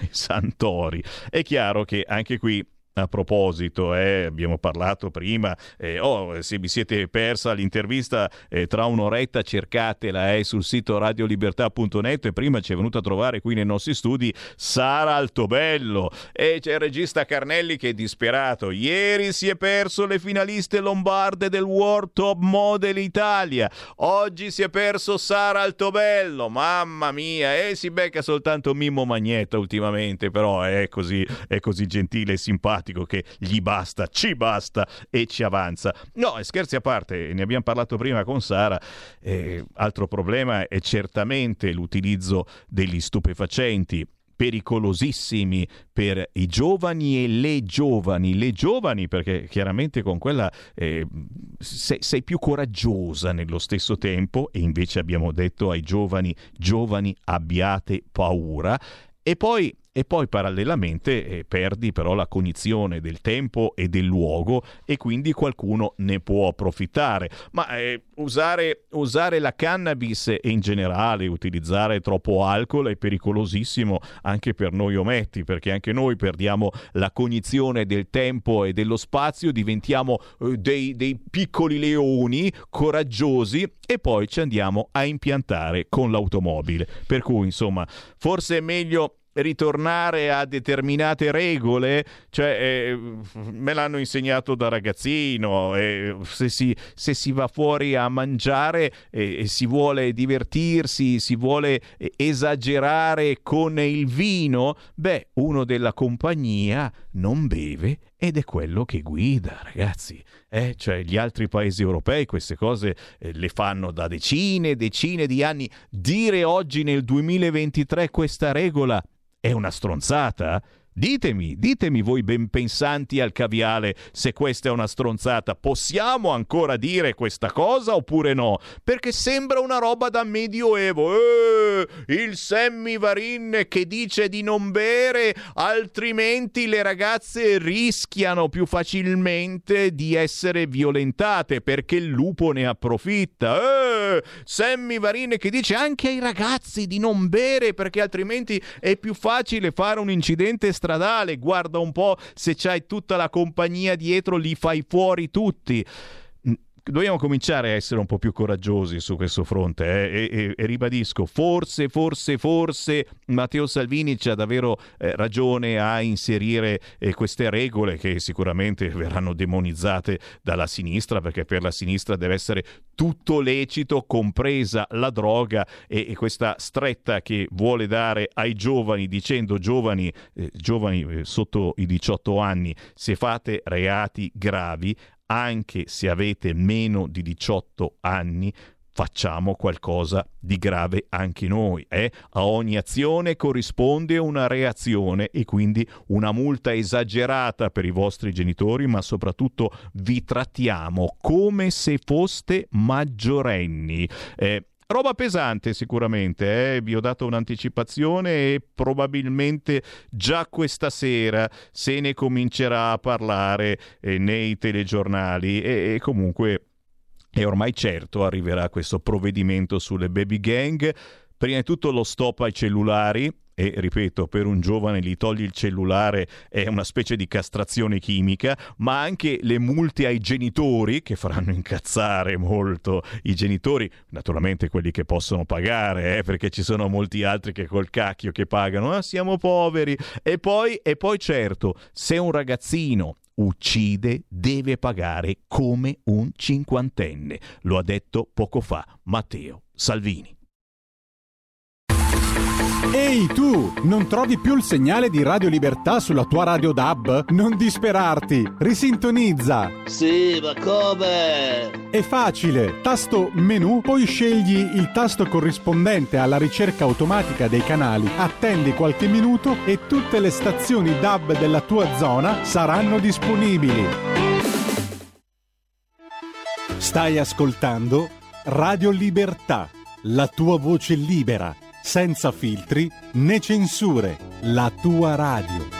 Santori. È chiaro che anche qui, a proposito, eh, abbiamo parlato prima, eh, oh, se vi siete persa l'intervista eh, tra un'oretta cercatela eh, sul sito radiolibertà punto net, e prima ci è venuta a trovare qui nei nostri studi Sara Altobello e c'è il regista Carnelli che è disperato. Ieri si è perso le finaliste lombarde del World Top Model Italia, oggi si è perso Sara Altobello, mamma mia, e eh, si becca soltanto Mimmo Magnetta ultimamente, però è così, è così gentile e simpatico che gli basta, ci basta e ci avanza. No, scherzi a parte, ne abbiamo parlato prima con Sara, eh, altro problema è certamente l'utilizzo degli stupefacenti, pericolosissimi per i giovani e le giovani, le giovani perché chiaramente con quella eh, sei, sei più coraggiosa nello stesso tempo, e invece abbiamo detto ai giovani, giovani abbiate paura. E poi, e poi parallelamente eh, perdi però la cognizione del tempo e del luogo e quindi qualcuno ne può approfittare. Ma eh, usare, usare la cannabis e in generale utilizzare troppo alcol è pericolosissimo anche per noi ometti, perché anche noi perdiamo la cognizione del tempo e dello spazio, diventiamo eh, dei, dei piccoli leoni coraggiosi e poi ci andiamo a impiantare con l'automobile. Per cui insomma forse è meglio ritornare a determinate regole, cioè eh, me l'hanno insegnato da ragazzino, eh, se, si, se si va fuori a mangiare e eh, si vuole divertirsi, si vuole eh, esagerare con il vino, beh, uno della compagnia non beve ed è quello che guida, ragazzi. Eh, cioè gli altri paesi europei queste cose eh, le fanno da decine e decine di anni. Dire oggi nel duemilaventitré questa regola è una stronzata? Ditemi, ditemi voi ben pensanti al caviale se questa è una stronzata. Possiamo ancora dire questa cosa oppure no? Perché sembra una roba da medioevo. Eh, il Sammy Varin che dice di non bere, altrimenti le ragazze rischiano più facilmente di essere violentate perché il lupo ne approfitta. Eh, Sammy Varin che dice anche ai ragazzi di non bere perché altrimenti è più facile fare un incidente stradale, guarda un po', se c'hai tutta la compagnia dietro li fai fuori tutti. Dobbiamo cominciare a essere un po' più coraggiosi su questo fronte eh? e, e, e ribadisco, forse, forse, forse Matteo Salvini c'ha davvero eh, ragione a inserire eh, queste regole che sicuramente verranno demonizzate dalla sinistra, perché per la sinistra deve essere tutto lecito, compresa la droga, e, e questa stretta che vuole dare ai giovani dicendo giovani, eh, giovani eh, sotto i diciotto anni, se fate reati gravi, anche se avete meno di diciotto anni, facciamo qualcosa di grave anche noi. Eh? A ogni azione corrisponde una reazione e quindi una multa esagerata per i vostri genitori, ma soprattutto vi trattiamo come se foste maggiorenni. Eh, Roba pesante sicuramente, eh? Vi ho dato un'anticipazione e probabilmente già questa sera se ne comincerà a parlare eh, nei telegiornali e, e comunque è ormai certo arriverà questo provvedimento sulle baby gang. Prima di tutto lo stop ai cellulari. E ripeto, per un giovane gli togli il cellulare è una specie di castrazione chimica, ma anche le multe ai genitori, che faranno incazzare molto i genitori, naturalmente quelli che possono pagare, eh, perché ci sono molti altri che col cacchio che pagano, ah, siamo poveri. E poi, e poi certo, se un ragazzino uccide deve pagare come un cinquantenne, lo ha detto poco fa Matteo Salvini. Ehi tu, non trovi più il segnale di Radio Libertà sulla tua radio D A B? Non disperarti, risintonizza! Sì, ma come? È facile, tasto menu, poi scegli il tasto corrispondente alla ricerca automatica dei canali, attendi qualche minuto e tutte le stazioni D A B della tua zona saranno disponibili. Stai ascoltando Radio Libertà, la tua voce libera, senza filtri né censure, la tua radio.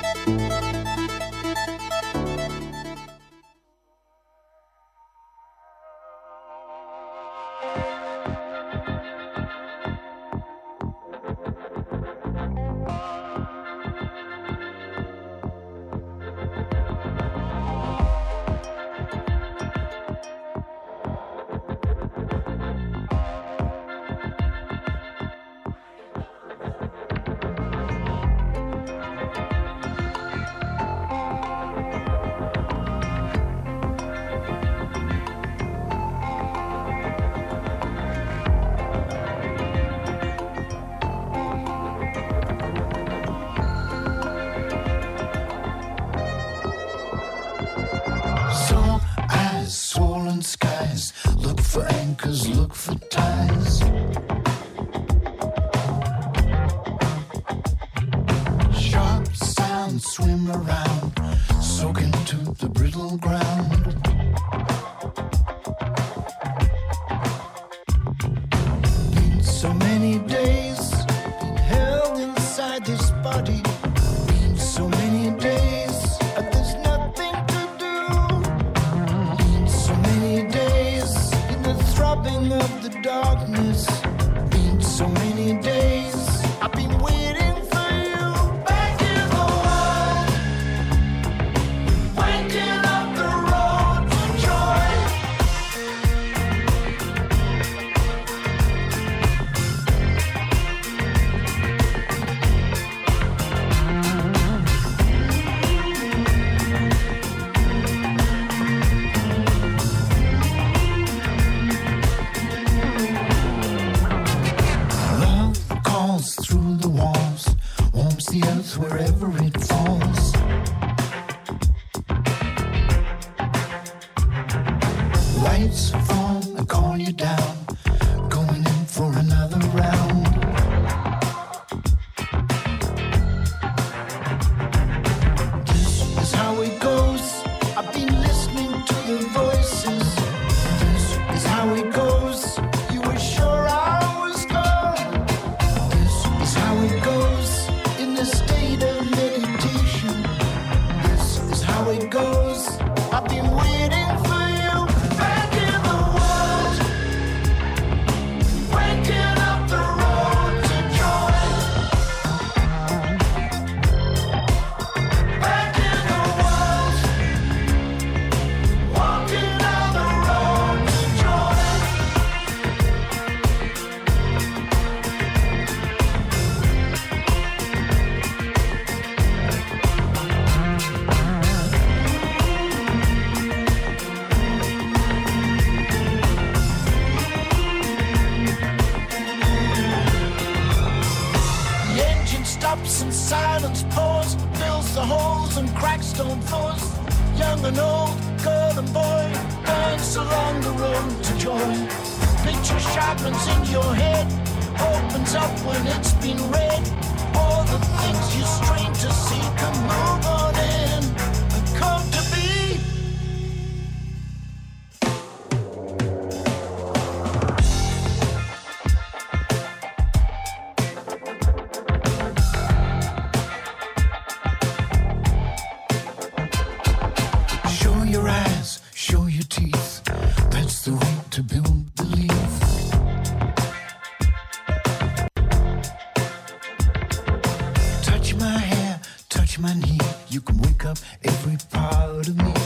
Young and old, girl and boy, dance along the road to joy. Picture shine. difference in your head opens up when it's been read. All the things you strain to see can move on in and come to be. Show your eyes, show your teeth. That's the way to build belief. Touch my hair, touch my knee. You can wake up every part of me.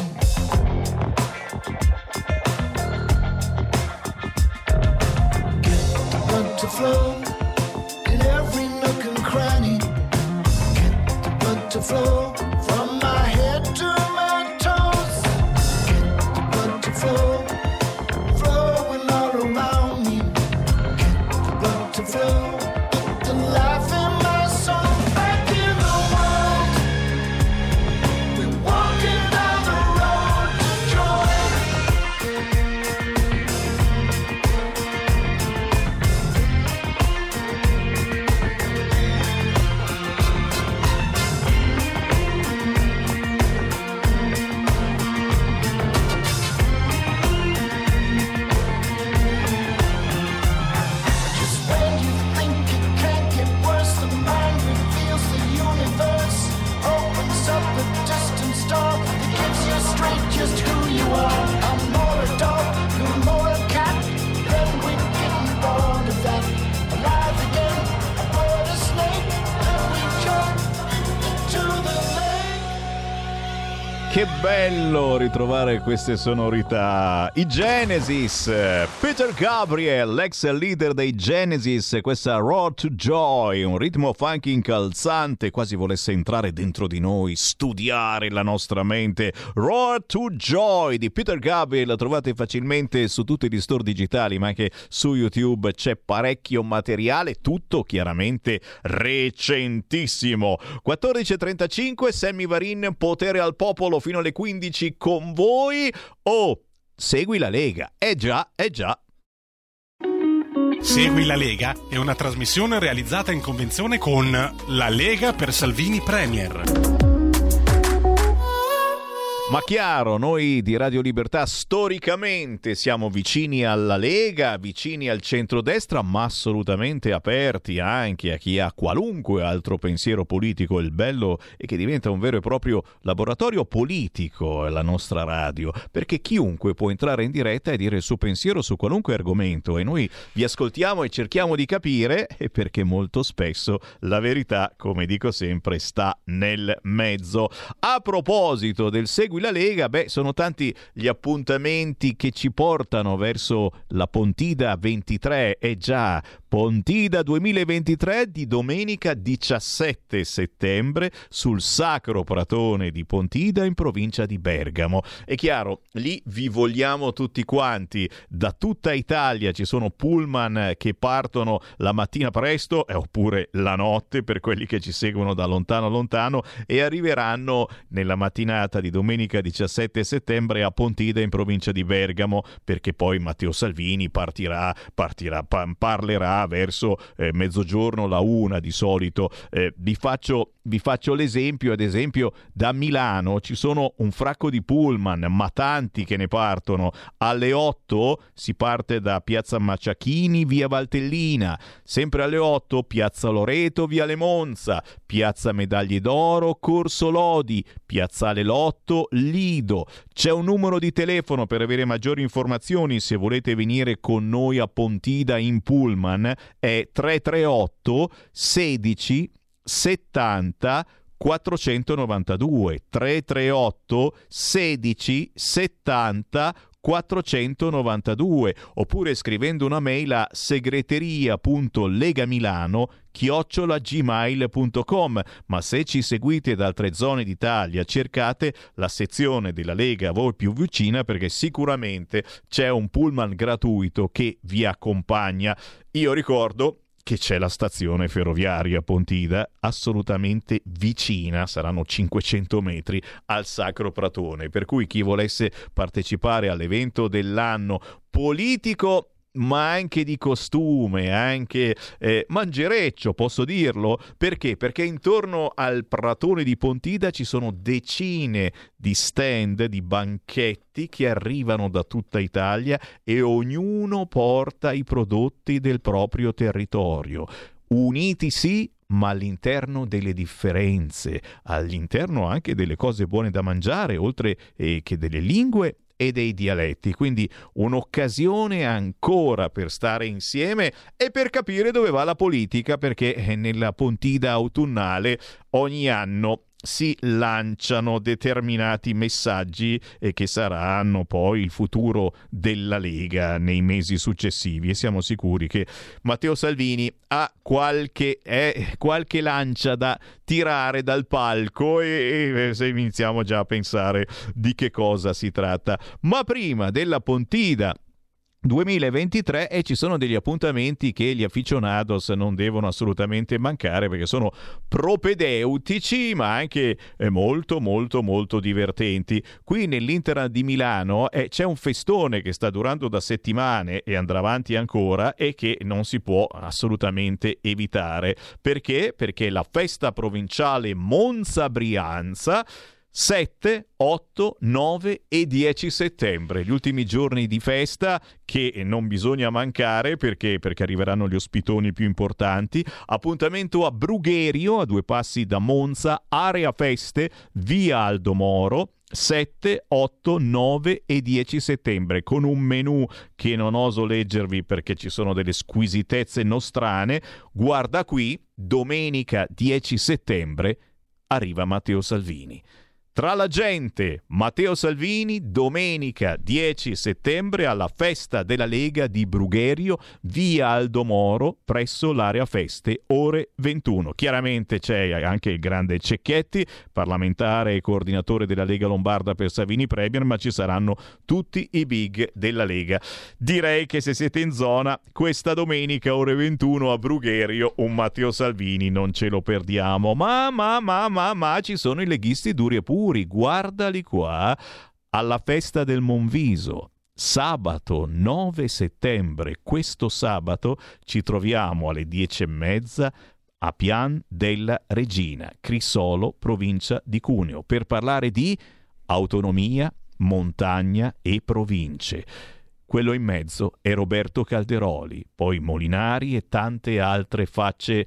Get the blood to flow in every nook and cranny. Get the blood to flow from my head to my toes. Get the blood to flow, flowing all around me. Get the blood to flow, get the life in my soul. Back in the world, we're walking down the road to joy. Just when you think it can't get worse, the mind reveals the universe. Opens up a distant star that gives you straight just who you are. I'm more a dog, you're more a cat. Then we're getting bored of that. Alive again, aboard a snake. Then we jump into the lake. Che bello ritrovare queste sonorità. I Genesis, Peter Gabriel, l'ex leader dei Genesis, questa Road to Joy, un ritmo funky incalzante, quasi volesse entrare dentro di noi, studiare la nostra mente. Road to Joy di Peter Gabriel, la trovate facilmente su tutti gli store digitali, ma anche su YouTube c'è parecchio materiale, tutto chiaramente recentissimo. quattordici e trentacinque, Sammy Varin, potere al popolo fino alle quindici con voi. Oh, segui la Lega. Eh già, eh già. Segui la Lega è una trasmissione realizzata in convenzione con La Lega per Salvini Premier. Ma chiaro, noi di Radio Libertà storicamente siamo vicini alla Lega, vicini al centrodestra, ma assolutamente aperti anche a chi ha qualunque altro pensiero politico. Il bello è che diventa un vero e proprio laboratorio politico la nostra radio, perché chiunque può entrare in diretta e dire il suo pensiero su qualunque argomento e noi vi ascoltiamo e cerchiamo di capire, e perché molto spesso la verità, come dico sempre, sta nel mezzo. A proposito del segui la Lega, beh, sono tanti gli appuntamenti che ci portano verso la Pontida ventitré, e già Pontida duemilaventitré di domenica diciassette settembre sul Sacro Pratone di Pontida in provincia di Bergamo. È chiaro, lì vi vogliamo tutti quanti, da tutta Italia ci sono pullman che partono la mattina presto, eh, oppure la notte per quelli che ci seguono da lontano lontano, e arriveranno nella mattinata di domenica diciassette settembre a Pontida in provincia di Bergamo, perché poi Matteo Salvini partirà, partirà pa- parlerà verso eh, mezzogiorno, la una di solito. Eh, vi faccio vi faccio l'esempio, ad esempio da Milano ci sono un fracco di pullman, ma tanti che ne partono. Alle otto si parte da Piazza Maciachini, via Valtellina, sempre alle otto Piazza Loreto, via Le Monza, Piazza Medaglie d'Oro, Corso Lodi, Piazzale Lotto, Lido. C'è un numero di telefono per avere maggiori informazioni se volete venire con noi a Pontida in pullman, è tre tre otto sedici settanta quattrocentonovantadue, tre tre otto sedici settanta quattrocentonovantadue, oppure scrivendo una mail a segreteria punto legamilano chiocciola gmail punto com. Ma se ci seguite da altre zone d'Italia, cercate la sezione della Lega a voi più vicina, perché sicuramente c'è un pullman gratuito che vi accompagna. Io ricordo che c'è la stazione ferroviaria Pontida, assolutamente vicina, saranno cinquecento metri al Sacro Pratone, per cui chi volesse partecipare all'evento dell'anno politico ma anche di costume, anche eh, mangereccio, posso dirlo? Perché? Perché intorno al Pratone di Pontida ci sono decine di stand, di banchetti che arrivano da tutta Italia e ognuno porta i prodotti del proprio territorio. Uniti sì, ma all'interno delle differenze, all'interno anche delle cose buone da mangiare, oltre eh, che delle lingue e dei dialetti. Quindi un'occasione ancora per stare insieme e per capire dove va la politica, perché nella Pontida autunnale ogni anno si lanciano determinati messaggi eh, che saranno poi il futuro della Lega nei mesi successivi, e siamo sicuri che Matteo Salvini ha qualche, eh, qualche lancia da tirare dal palco e, e se iniziamo già a pensare di che cosa si tratta. Ma prima della Pontida duemilaventitré e ci sono degli appuntamenti che gli aficionados non devono assolutamente mancare, perché sono propedeutici ma anche eh, molto molto molto divertenti. Qui nell'Inter di Milano eh, c'è un festone che sta durando da settimane e andrà avanti ancora e che non si può assolutamente evitare. Perché? Perché la festa provinciale Monza-Brianza sette, otto, nove e dieci settembre, gli ultimi giorni di festa che non bisogna mancare perché, perché arriveranno gli ospitoni più importanti. Appuntamento a Brugherio, a due passi da Monza, area feste, via Aldo Moro, sette, otto, nove e dieci settembre, con un menù che non oso leggervi perché ci sono delle squisitezze nostrane. Guarda qui, domenica dieci settembre arriva Matteo Salvini. Tra la gente, Matteo Salvini, domenica dieci settembre alla festa della Lega di Brugherio, via Aldo Moro, presso l'area feste, ore ventuno. Chiaramente c'è anche il grande Cecchetti, parlamentare e coordinatore della Lega Lombarda per Salvini Premier, ma ci saranno tutti i big della Lega. Direi che se siete in zona, questa domenica ore ventuno a Brugherio, un Matteo Salvini non ce lo perdiamo. Ma, ma, ma, ma, ma, ci sono i leghisti duri e puri. Guardali qua, alla festa del Monviso, sabato nove settembre. Questo sabato ci troviamo alle dieci e mezza a Pian della Regina, Crissolo, provincia di Cuneo, per parlare di autonomia, montagna e province. Quello in mezzo è Roberto Calderoli, poi Molinari e tante altre facce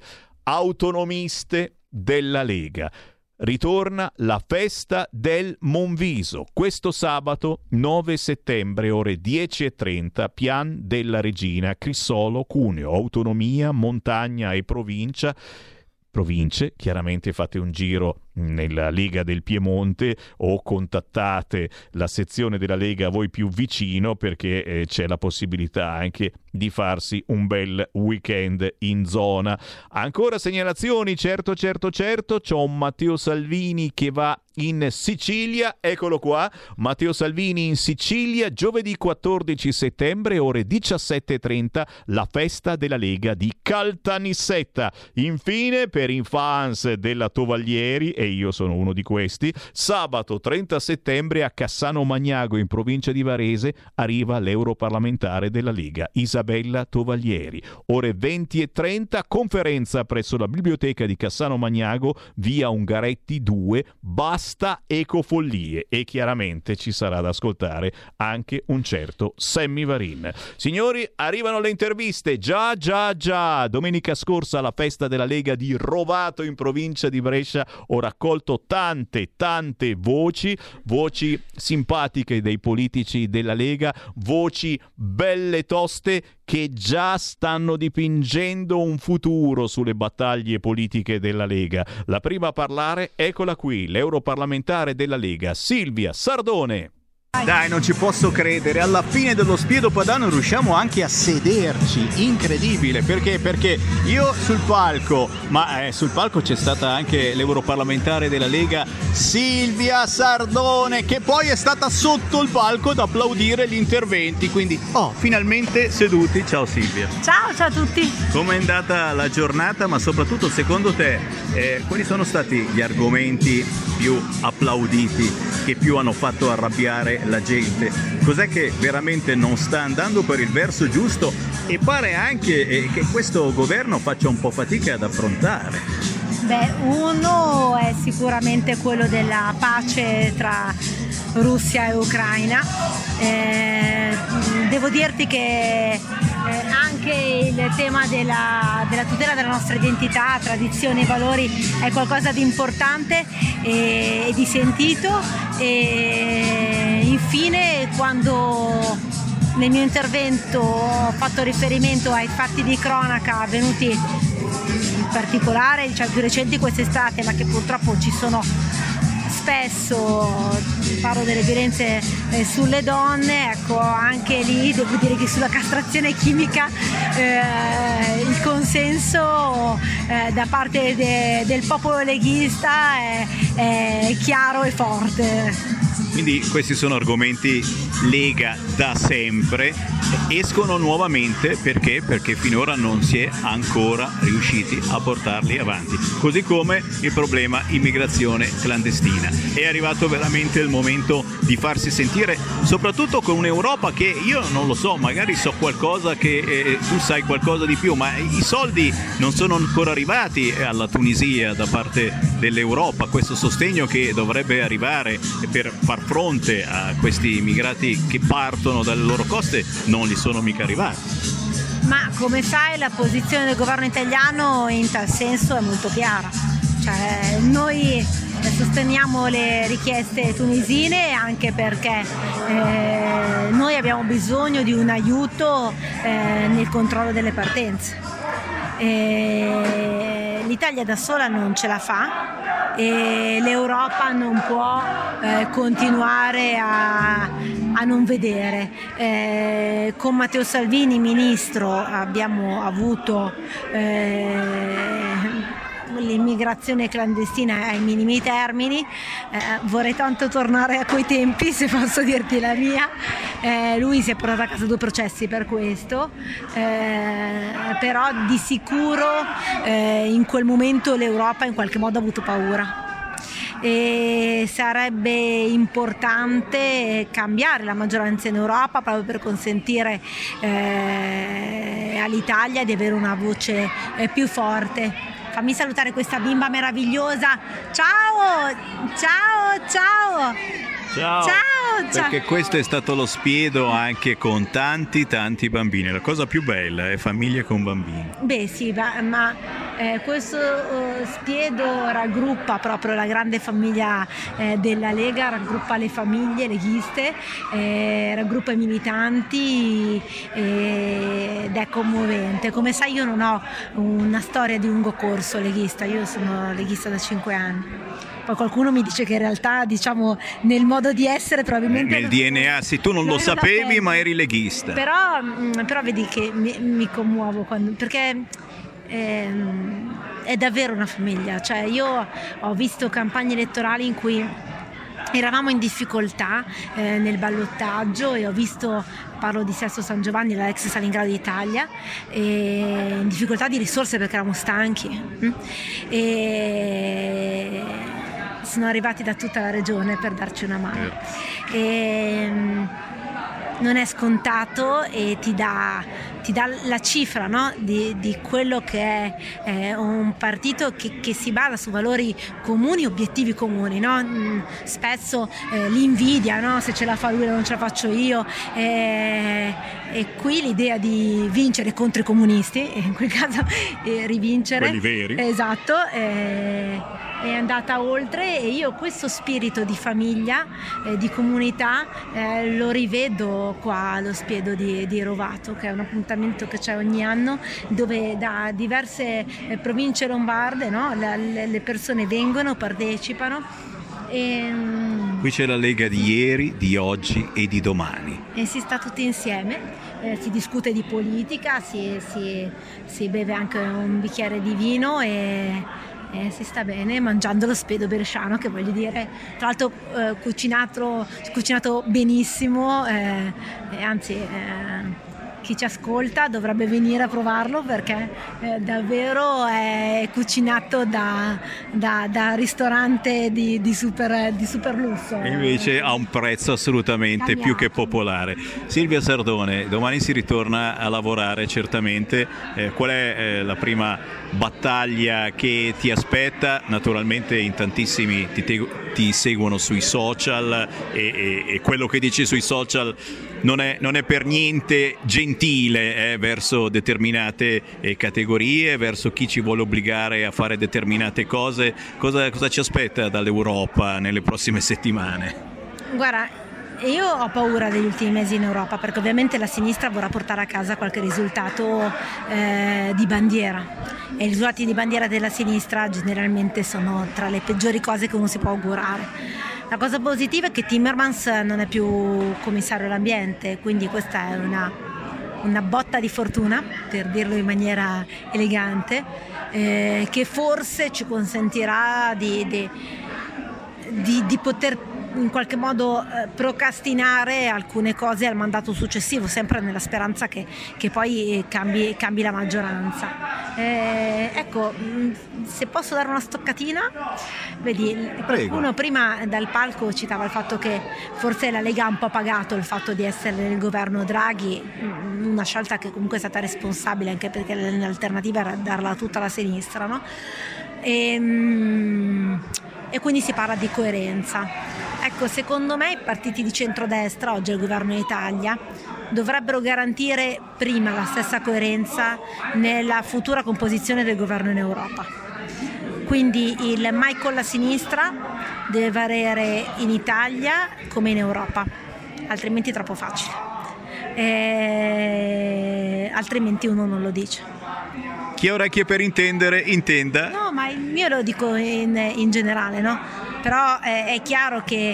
autonomiste della Lega. Ritorna la festa del Monviso, questo sabato nove settembre, ore dieci e trenta, Pian della Regina, Crissolo, Cuneo, autonomia, montagna e provincia. Province, chiaramente fate un giro nella Lega del Piemonte o contattate la sezione della Lega a voi più vicino, perché eh, c'è la possibilità anche di farsi un bel weekend in zona. Ancora segnalazioni? Certo, certo, certo, c'ho un Matteo Salvini che va in Sicilia, eccolo qua, Matteo Salvini in Sicilia, giovedì quattordici settembre, ore diciassette e trenta, la festa della Lega di Caltanissetta. Infine, per i fans della Tovaglieri, e io sono uno di questi, sabato trenta settembre a Cassano Magnago, in provincia di Varese, arriva l'europarlamentare della Lega, Isabella Tovaglieri. Ore venti e trenta, conferenza presso la biblioteca di Cassano Magnago, via Ungaretti due, basta ecofollie, e chiaramente ci sarà da ascoltare anche un certo Sammy Varin. Signori, arrivano le interviste. Già, già, già, domenica scorsa alla festa della Lega di Rovato in provincia di Brescia ho raccolto tante, tante voci, voci simpatiche dei politici della Lega, voci belle toste che già stanno dipingendo un futuro sulle battaglie politiche della Lega. La prima a parlare, eccola qui, l'europarlamentare della Lega, Silvia Sardone. Dai, non ci posso credere, alla fine dello Spiedo Padano riusciamo anche a sederci, incredibile, perché? Perché io sul palco, ma eh, sul palco c'è stata anche l'europarlamentare della Lega Silvia Sardone, che poi è stata sotto il palco ad applaudire gli interventi, quindi oh, finalmente seduti. Ciao Silvia. Ciao, ciao a tutti. Com'è andata la giornata, ma soprattutto secondo te eh, quali sono stati gli argomenti più applauditi, che più hanno fatto arrabbiare la gente. Cos'è che veramente non sta andando per il verso giusto e pare anche eh, che questo governo faccia un po' fatica ad affrontare? Beh, uno è sicuramente quello della pace tra Russia e Ucraina. Eh, devo dirti che eh, anche il tema della, della tutela della nostra identità, tradizioni e valori è qualcosa di importante e, e di sentito. E infine, quando nel mio intervento ho fatto riferimento ai fatti di cronaca avvenuti in particolare, diciamo più recenti quest'estate, ma che purtroppo ci sono spesso, parlo delle violenze eh, sulle donne, ecco, anche lì devo dire che sulla castrazione chimica eh, il consenso eh, da parte de, del popolo leghista è, è chiaro e forte. Quindi questi sono argomenti Lega da sempre, escono nuovamente perché? Perché finora non si è ancora riusciti a portarli avanti, così come il problema immigrazione clandestina. È arrivato veramente il momento di farsi sentire, soprattutto con un'Europa che io non lo so, magari so qualcosa che eh, tu sai qualcosa di più, ma i soldi non sono ancora arrivati alla Tunisia da parte dell'Europa, questo sostegno che dovrebbe arrivare per far fronte a questi immigrati che partono dalle loro coste non li sono mica arrivati. Ma come sai, la posizione del governo italiano in tal senso è molto chiara, cioè noi sosteniamo le richieste tunisine anche perché eh, noi abbiamo bisogno di un aiuto eh, nel controllo delle partenze. E l'Italia da sola non ce la fa e l'Europa non può eh, continuare a, a non vedere. Eh, con Matteo Salvini, ministro, abbiamo avuto eh, l'immigrazione clandestina ai minimi termini. Eh, vorrei tanto tornare a quei tempi, se posso dirti la mia. Eh, lui si è portato a casa due processi per questo, eh, però di sicuro eh, in quel momento l'Europa in qualche modo ha avuto paura. E sarebbe importante cambiare la maggioranza in Europa proprio per consentire eh, all'Italia di avere una voce eh, più forte. Fammi salutare questa bimba meravigliosa. Ciao, ciao, ciao. Ciao. Ciao, Perché ciao. questo è stato lo spiedo anche con tanti tanti bambini. La cosa più bella è famiglie con bambini. Beh sì, ma, ma eh, questo uh, spiedo raggruppa proprio la grande famiglia eh, della Lega, raggruppa le famiglie leghiste, eh, raggruppa i militanti eh, ed è commovente. Come sai, io non ho una storia di lungo corso leghista, io sono leghista da cinque anni. Poi qualcuno mi dice che in realtà, diciamo, nel modo di essere probabilmente... Nel D N A, sì, tu non lo sapevi, ma eri leghista. Però, però vedi che mi, mi commuovo quando, perché ehm, è davvero una famiglia. Cioè, io ho visto campagne elettorali in cui eravamo in difficoltà eh, nel ballottaggio e ho visto, parlo di Sesto San Giovanni, la ex Stalingrado d'Italia, e in difficoltà di risorse perché eravamo stanchi. E sono arrivati da tutta la regione per darci una mano. E non è scontato e ti dà, ti dà la cifra, no? di, di quello che è eh, un partito che, che si basa su valori comuni, obiettivi comuni, no? Spesso eh, l'invidia, no? Se ce la fa lui non ce la faccio io, eh, e qui l'idea di vincere contro i comunisti, in quel caso eh, rivincere, quelli veri, esatto, eh, è andata oltre, e io questo spirito di famiglia, eh, di comunità, eh, lo rivedo qua allo Spiedo di, di Rovato, che è un appuntamento che c'è ogni anno, dove da diverse eh, province lombarde, no? le, le persone vengono, partecipano. E, qui c'è la Lega di ieri, di oggi e di domani. E si sta tutti insieme, eh, si discute di politica, si, si, si beve anche un bicchiere di vino e Eh, si sta bene mangiando lo Spiedo bresciano, che voglio dire, tra l'altro eh, cucinato, cucinato benissimo, eh, eh, anzi eh, chi ci ascolta dovrebbe venire a provarlo, perché eh, davvero è cucinato da, da, da ristorante di, di, super, di super lusso. E invece ha un prezzo assolutamente più che popolare. Silvia Sardone, domani si ritorna a lavorare certamente. Eh, qual è eh, la prima battaglia che ti aspetta? Naturalmente in tantissimi ti, te- ti seguono sui social e, e, e quello che dici sui social non è, non è per niente gentile eh, verso determinate eh, categorie, verso chi ci vuole obbligare a fare determinate cose. Cosa, cosa ci aspetta dall'Europa nelle prossime settimane? Guarda, io ho paura degli ultimi mesi in Europa, perché ovviamente la sinistra vorrà portare a casa qualche risultato eh, di bandiera, e i risultati di bandiera della sinistra generalmente sono tra le peggiori cose che uno si può augurare. La cosa positiva è che Timmermans non è più commissario all'ambiente, quindi questa è una, una botta di fortuna, per dirlo in maniera elegante, eh, che forse ci consentirà di, di, di, di poter in qualche modo eh, procrastinare alcune cose al mandato successivo, sempre nella speranza che, che poi cambi, cambi la maggioranza. Eh, ecco, mh, se posso dare una stoccatina, vedi, qualcuno prima dal palco citava il fatto che forse la Lega ha un po' pagato il fatto di essere nel governo Draghi, mh, una scelta che comunque è stata responsabile, anche perché l'alternativa era darla tutta alla sinistra, no? E, mh, e quindi si parla di coerenza. Ecco, secondo me i partiti di centrodestra, oggi al governo in Italia, dovrebbero garantire prima la stessa coerenza nella futura composizione del governo in Europa. Quindi il mai con la sinistra deve valere in Italia come in Europa, altrimenti è troppo facile. E... altrimenti uno non lo dice. Chi ha orecchie per intendere, intenda. No, ma io lo dico in, in generale, no? Però eh, è chiaro che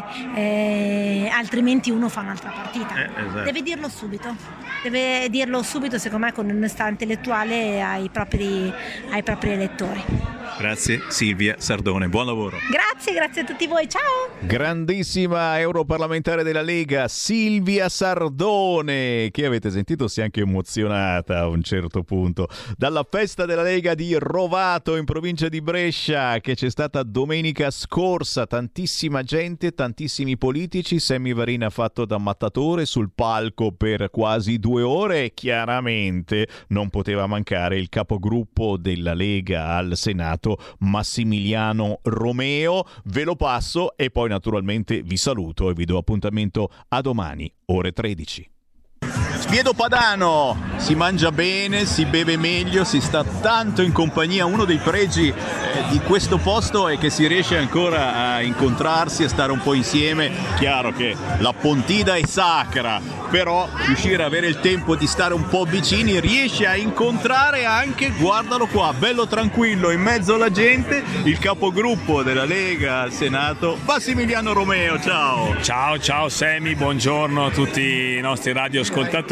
eh, altrimenti uno fa un'altra partita. Eh, esatto. Deve dirlo subito, deve dirlo subito, secondo me, con onestà intellettuale ai propri, ai propri elettori. Grazie Silvia Sardone, buon lavoro. Grazie, grazie a tutti voi, ciao! Grandissima europarlamentare della Lega Silvia Sardone, che avete sentito si è anche emozionata a un certo punto dalla festa della Lega di Rovato in provincia di Brescia, che c'è stata domenica scorsa. Tantissima gente, tantissimi politici. Sammy Varin ha fatto da mattatore sul palco per quasi due ore e chiaramente non poteva mancare il capogruppo della Lega al Senato, Massimiliano Romeo. Ve lo passo e poi naturalmente vi saluto e vi do appuntamento a domani, ore tredici. Spiedo Padano, si mangia bene, si beve meglio, si sta tanto in compagnia. Uno dei pregi eh, di questo posto è che si riesce ancora a incontrarsi, a stare un po' insieme. Chiaro che la Pontida è sacra, però riuscire ad avere il tempo di stare un po' vicini, riesce a incontrare anche, guardalo qua, bello tranquillo, in mezzo alla gente, il capogruppo della Lega al Senato, Massimiliano Romeo. Ciao! Ciao, ciao Semi, buongiorno a tutti i nostri radioascoltatori.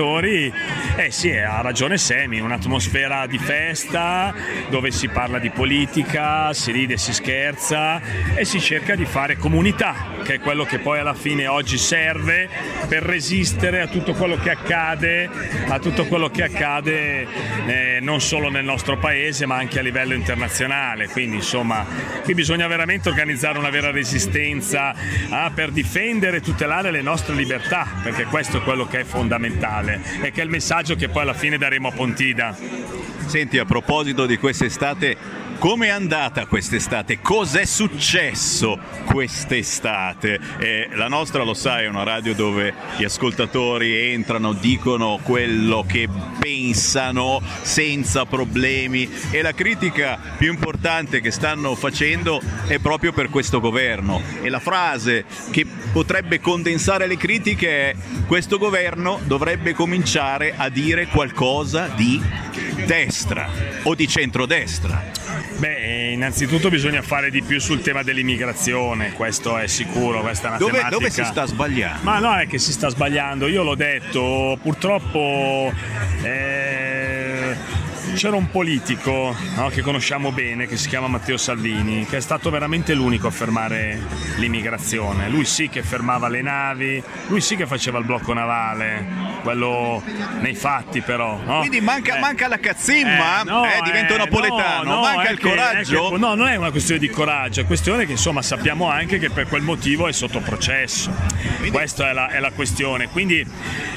Eh sì, ha ragione Semi, un'atmosfera di festa dove si parla di politica, si ride, si scherza e si cerca di fare comunità, che è quello che poi alla fine oggi serve per resistere a tutto quello che accade, a tutto quello che accade eh, non solo nel nostro paese ma anche a livello internazionale. Quindi insomma qui bisogna veramente organizzare una vera resistenza ah, per difendere e tutelare le nostre libertà, perché questo è quello che è fondamentale e che è il messaggio che poi alla fine daremo a Pontida. Senti, a proposito di quest'estate, com'è andata quest'estate? Cos'è successo quest'estate? Eh, la nostra, lo sai, è una radio dove gli ascoltatori entrano, dicono quello che pensano senza problemi, e la critica più importante che stanno facendo è proprio per questo governo. E la frase che potrebbe condensare le critiche è: questo governo dovrebbe cominciare a dire qualcosa di destra o di centrodestra. Beh, innanzitutto bisogna fare di più sul tema dell'immigrazione, questo è sicuro, questa è una dove, tematica. Dove si sta sbagliando? Ma no, è che si sta sbagliando, io l'ho detto, purtroppo eh, c'era un politico, no, che conosciamo bene, che si chiama Matteo Salvini, che è stato veramente l'unico a fermare l'immigrazione. Lui sì che fermava le navi, lui sì che faceva il blocco navale, quello nei fatti però. No? Quindi manca, eh. manca la cazzimma, eh, no, eh, diventa eh, napoletano, no, no, manca il che, coraggio. Che, no, non è una questione di coraggio, è questione che insomma sappiamo anche che per quel motivo è sotto processo. Quindi... Questa è la, è la questione. Quindi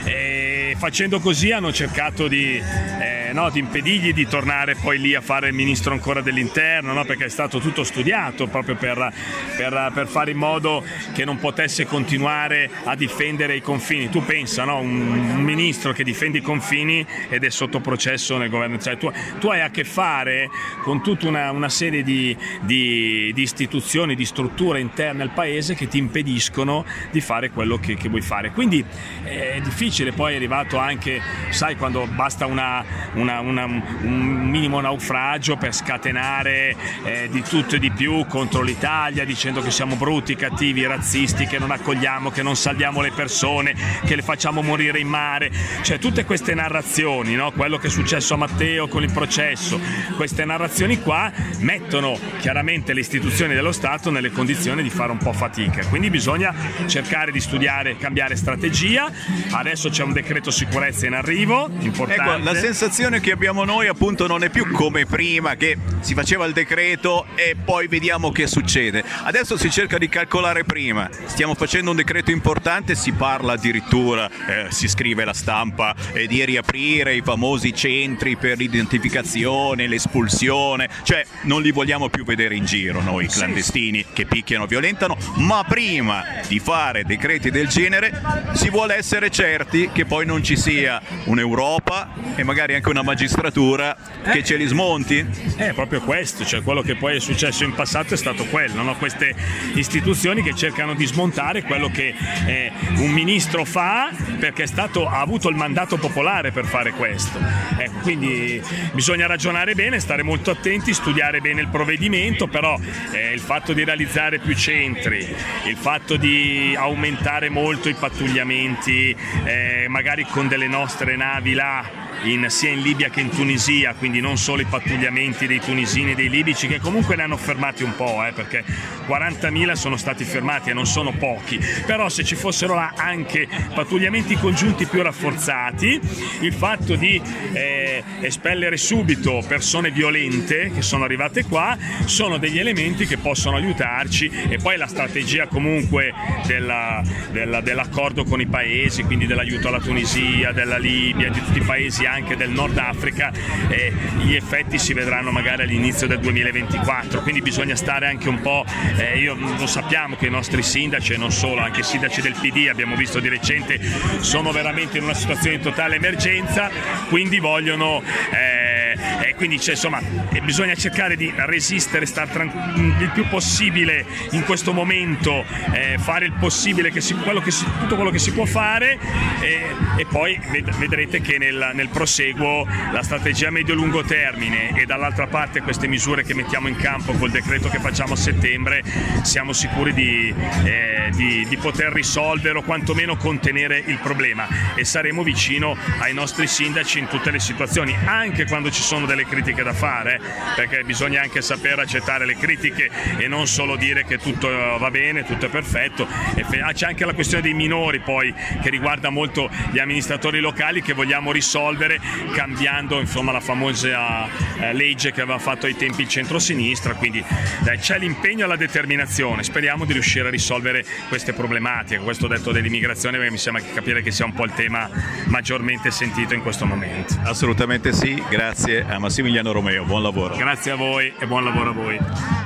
eh, facendo così hanno cercato di, eh, no, di impedirgli di tornare poi lì a fare il ministro ancora dell'interno, no? Perché è stato tutto studiato proprio per, per, per fare in modo che non potesse continuare a difendere i confini. Tu pensa, no? un, un ministro che difende i confini ed è sotto processo nel governo, cioè, tu, tu hai a che fare con tutta una, una serie di, di, di istituzioni, di strutture interne al paese che ti impediscono di fare quello che, che vuoi fare. Quindi è difficile, poi è arrivato anche, sai, quando basta una, una, una, un minimo naufragio per scatenare eh, di tutto e di più contro l'Italia, dicendo che siamo brutti, cattivi, razzisti, che non accogliamo, che non salviamo le persone, che le facciamo morire in mare. Cioè tutte queste narrazioni, no? Quello che è successo a Matteo con il processo, queste narrazioni qua mettono chiaramente le istituzioni dello Stato nelle condizioni di fare un po' fatica. Quindi bisogna cercare di studiare, cambiare strategia. Adesso c'è un decreto sicurezza in arrivo, importante. Ecco, la sensazione che abbiamo noi appunto non è più come prima, che si faceva il decreto e poi vediamo che succede. Adesso si cerca di calcolare prima. Stiamo facendo un decreto importante, si parla addirittura, eh, si scrive la stampa, eh, di riaprire i famosi centri per l'identificazione, l'espulsione. Cioè non li vogliamo più vedere in giro noi, i clandestini che picchiano, violentano, ma prima di fare decreti del genere si vuole essere certi che poi non ci sia un'Europa e magari anche una magistratura che ce li smonti. È proprio questo, cioè quello che poi è successo in passato è stato quello, no? Queste istituzioni che cercano di smontare quello che eh, un ministro fa, perché è stato, ha avuto il mandato popolare per fare questo. Ecco, quindi bisogna ragionare bene, stare molto attenti, studiare bene il provvedimento, però eh, il fatto di realizzare più centri, il fatto di aumentare molto i pattugliamenti, eh, magari con delle nostre navi là, in, sia in Libia che in Tunisia, quindi non solo i pattugliamenti dei tunisini e dei libici, che comunque ne hanno fermati un po', eh, perché quarantamila sono stati fermati e non sono pochi, però se ci fossero là anche pattugliamenti congiunti più rafforzati, il fatto di eh, espellere subito persone violente che sono arrivate qua, sono degli elementi che possono aiutarci. E poi la strategia comunque della, della, dell'accordo con i paesi, quindi dell'aiuto alla Tunisia, della Libia, di tutti i paesi anche del Nord Africa, eh, gli effetti si vedranno magari all'inizio del duemilaventiquattro, quindi bisogna stare anche un po', eh, io lo sappiamo che i nostri sindaci e non solo, anche i sindaci del P D abbiamo visto di recente, sono veramente in una situazione di totale emergenza, quindi vogliono eh, e quindi c'è, insomma, bisogna cercare di resistere, stare tran- il più possibile in questo momento, eh, fare il possibile, che si, quello che si, tutto quello che si può fare, eh, e poi ved- vedrete che nel, nel proseguo la strategia medio-lungo termine e dall'altra parte queste misure che mettiamo in campo col decreto che facciamo a settembre, siamo sicuri di, eh, di, di poter risolvere o quantomeno contenere il problema, e saremo vicino ai nostri sindaci in tutte le situazioni, anche quando ci sono delle critiche da fare, perché bisogna anche saper accettare le critiche e non solo dire che tutto va bene, tutto è perfetto. E c'è anche la questione dei minori poi, che riguarda molto gli amministratori locali, che vogliamo risolvere cambiando, insomma, la famosa eh, legge che aveva fatto ai tempi il centro-sinistra. Quindi dai, c'è l'impegno e la determinazione, speriamo di riuscire a risolvere queste problematiche. Questo detto dell'immigrazione, perché mi sembra che capire che sia un po' il tema maggiormente sentito in questo momento. Assolutamente sì, grazie a Massimiliano Romeo, buon lavoro. Grazie a voi e buon lavoro a voi.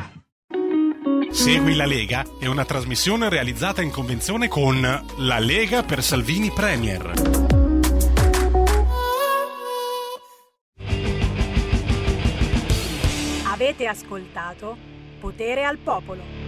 Segui la Lega è una trasmissione realizzata in convenzione con La Lega per Salvini Premier. Avete ascoltato Potere al Popolo.